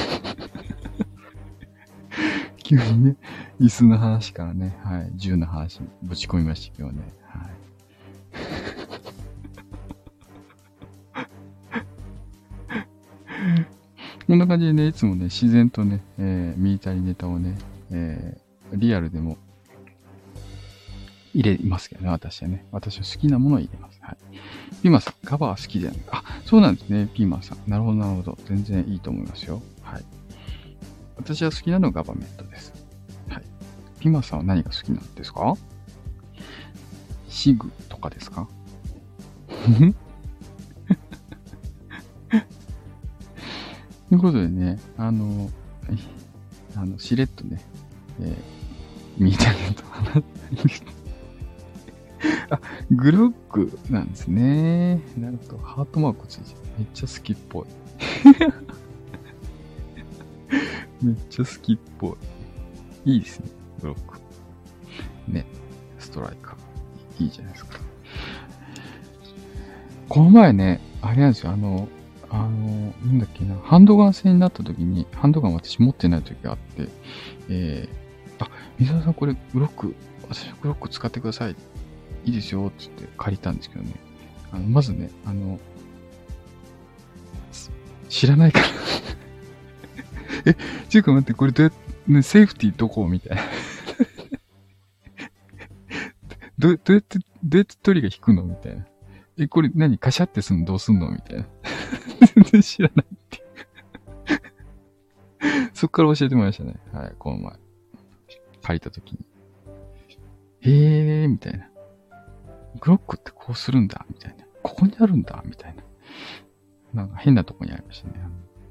急にね、椅子の話からね、はい、銃の話ぶち込みましたけどね、はい。こんな感じでね、いつもね、自然とね、えー、ミリタリーネタをね、えー、リアルでも入れますけどね、私はね。私は好きなものを入れます。はい。ピーマンさん、ガバは好きじゃない。あ、そうなんですね、ピーマンさん。なるほど、なるほど。全然いいと思いますよ。はい。私は好きなのはガバメントです。はい。ピーマンさんは何が好きなんですか？シグとかですか？ ということでね、あの、あの、しれっとね、えー、みーちゃんと話してあ、グロックなんですね。なるほど。ハートマークついてる。めっちゃ好きっぽい。めっちゃ好きっぽい。いいですね、グロック。ね、ストライカー。いいじゃないですか。この前ね、あれなんですよ、あの、あの、なんだっけな、ハンドガン戦になった時に、ハンドガン私持ってない時があって、えー、あ、水沢さんこれグロック、私グロック使ってください。いいですよ、つって借りたんですけどね。あの、まずね、あの、知らないからえ、ちゅうか待って、これどうやって、ね、セーフティーどこみたいなど。どうやって、どうやって鳥が引くのみたいな。え、これ何カシャってすんのどうすんのみたいな。全然知らないってそっから教えてもらいましたね。はい、この前。借りたときに。へー、みたいな。グロックってこうするんだ、みたいな。ここにあるんだ、みたいな。なんか変なとこにありましたね。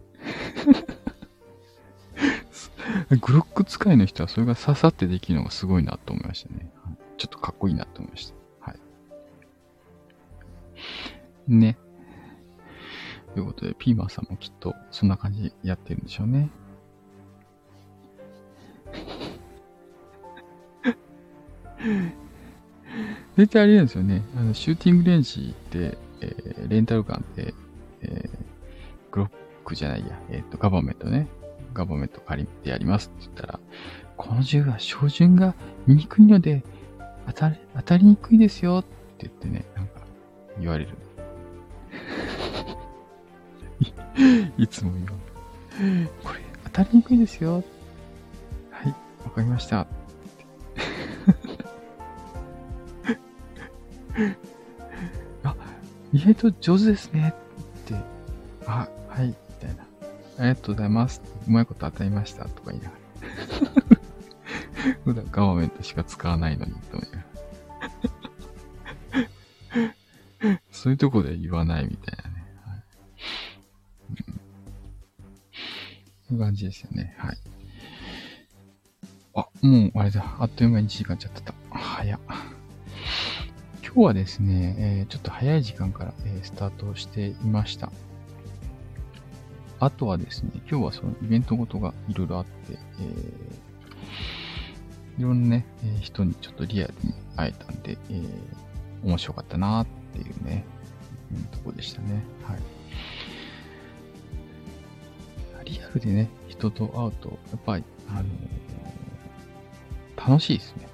グロック使いの人はそれが刺さってできるのがすごいなと思いましたね。ちょっとかっこいいなと思いました。はい。ね。ということで、ピーマンさんもきっとそんな感じでやってるんでしょうね。大体あれなんですよね。あのシューティングレンジで、えー、レンタルガンで、えー、グロックじゃないや、えっ、ー、と、ガバメントね。ガバメント借りてやりますって言ったら、この銃は照準が見にくいので、当たり、当たりにくいですよって言ってね、なんか言われる。いつも言う。これ当たりにくいですよ。はい、わかりました。あ、意外と上手ですねって。あ、はい、みたいな。ありがとうございます。うまいこと当たりましたとか言いながら。普段ガバメントしか使わないのにと思いながら。そういうとこで言わないみたいなね。はい、うん、そういう感じですよね。はい。あ、もうあれだ。あっという間にいちじかんちゃってた。早っ。今日はですね、えー、ちょっと早い時間から、えー、スタートしていました。あとはですね、今日はそのイベントごとがいろいろあって、えー、いろんなね、えー、人にちょっとリアルに会えたんで、えー、面白かったなっていうね、うん、とこでしたね。はい。リアルでね、人と会うと、やっぱり、あのー、楽しいですね。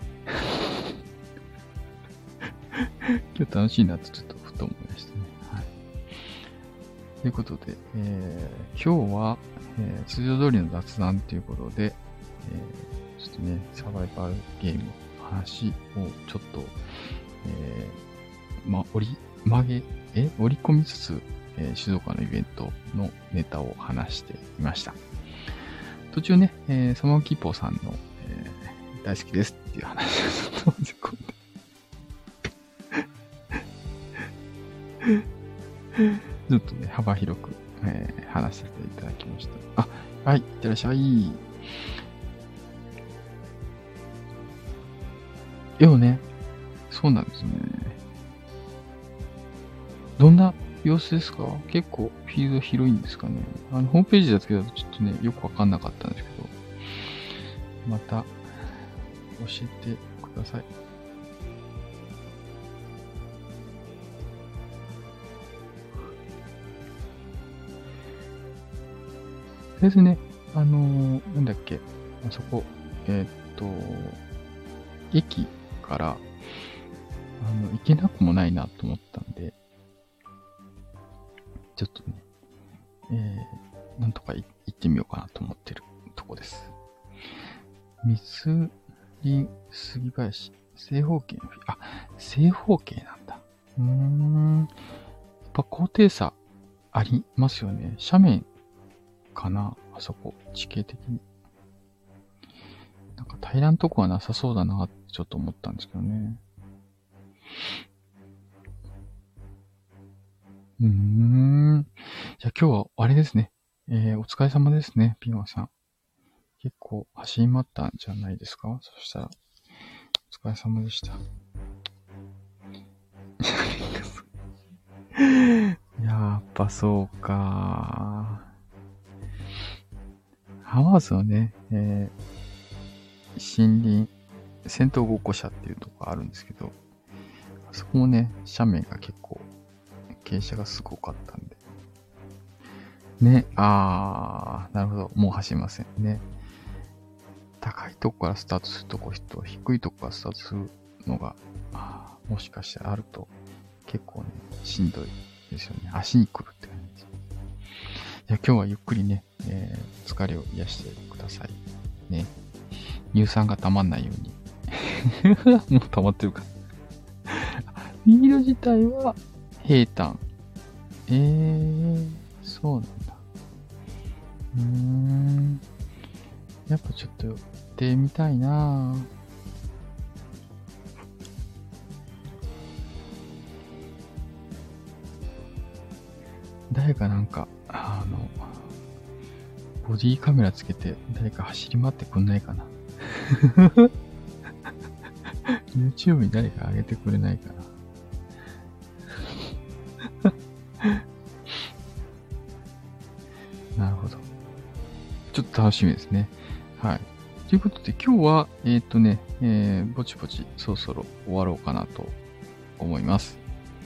今日楽しいなとちょっとふと思いましたね。はい。ということで、えー、今日は、えー、通常通りの雑談ということで、えー、ちょっとね、サバイバルゲームの話をちょっと、えー、ま、折り、曲げ、え折り込みつつ、えー、静岡のイベントのネタを話していました。途中ね、えー、サマーキーポーさんの、えー、大好きですっていう話をちょっと混ぜ込んでちょっとね、幅広く、えー、話させていただきました。あ、はい、いってらっしゃい。でもね、そうなんですね。どんな様子ですか？結構フィールド広いんですかね。あの、ホームページだけだとちょっとね、よくわかんなかったんですけど、また、教えてください。とりあえずね、あのー、なんだっけ、あそこ、えー、っと、駅から、あの、行けなくもないなと思ったんで、ちょっとね、えー、なんとか行ってみようかなと思ってるとこです。水林杉林、正方形のフィ、あ、正方形なんだ。うーん。やっぱ高低差ありますよね。斜面かなあそこ、地形的に。なんか平らんとこはなさそうだなってちょっと思ったんですけどね。うーん。じゃあ今日はあれですね。 えー、お疲れ様ですね、ピーマンさん。結構走り回ったんじゃないですか？そしたら、お疲れ様でした。やっぱそうか。ハマーズはね、えー、森林、戦闘ごっこ車っていうとこあるんですけど、あそこもね、斜面が結構、傾斜がすごかったんで。ね、あー、なるほど。もう走りませんね。高いとこからスタートするとこ人、低いとこからスタートするのが、あーもしかしたらあると、結構ね、しんどいですよね。足に来るって感じです。じゃあ今日はゆっくりね、えー、疲れを癒してください。ね。乳酸が溜まんないように。もう溜まってるか。フィールド自体は平坦。えー、そうなんだ。うーん。やっぱちょっとやってみたいなぁ。誰かなんか、あの、ボディカメラつけて誰か走り回ってくんないかな。YouTube に誰か上げてくれないかな。なるほど。ちょっと楽しみですね。はい。ということで今日は、えっとね、えー、ぼちぼちそろそろ終わろうかなと思います。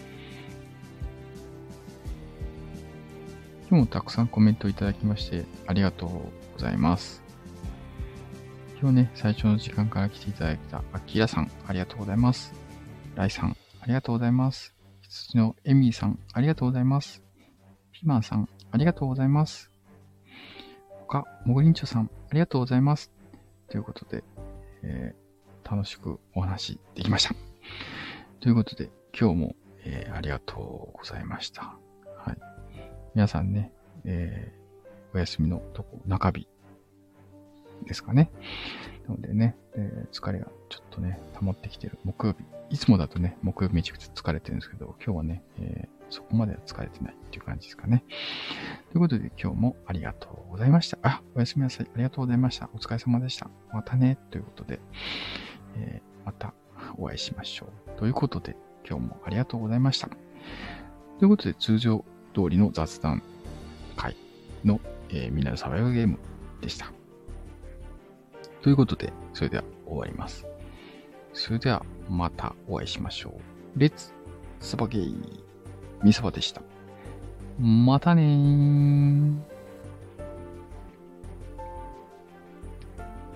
今日もたくさんコメントいただきましてありがとうございます。今日ね、最初の時間から来ていただいたアキラさん、ありがとうございます。ライさん、ありがとうございます。羊のエミーさん、ありがとうございます。ピーマンさん、ありがとうございます。他、モグリンチョさん、ありがとうございます。ということで、えー、楽しくお話できました。ということで、今日も、えー、ありがとうございました。はい。皆さんね、えー、お休みのとこ、中日ですかね。なのでね、えー、疲れがちょっとね、溜まってきてる木曜日。いつもだとね、木曜日めちゃくちゃ疲れてるんですけど、今日はね、えー、そこまでは疲れてないっていう感じですかね。ということで今日もありがとうございました。あ、おやすみなさい。ありがとうございました。お疲れ様でした。またね。ということで、えー、またお会いしましょう。ということで、今日もありがとうございました。ということで、通常通りの雑談会の、えー、みんなでサバイバルゲームでした。ということで、それでは終わります。それではまたお会いしましょう。レッツスパゲーミサバでした。またねー。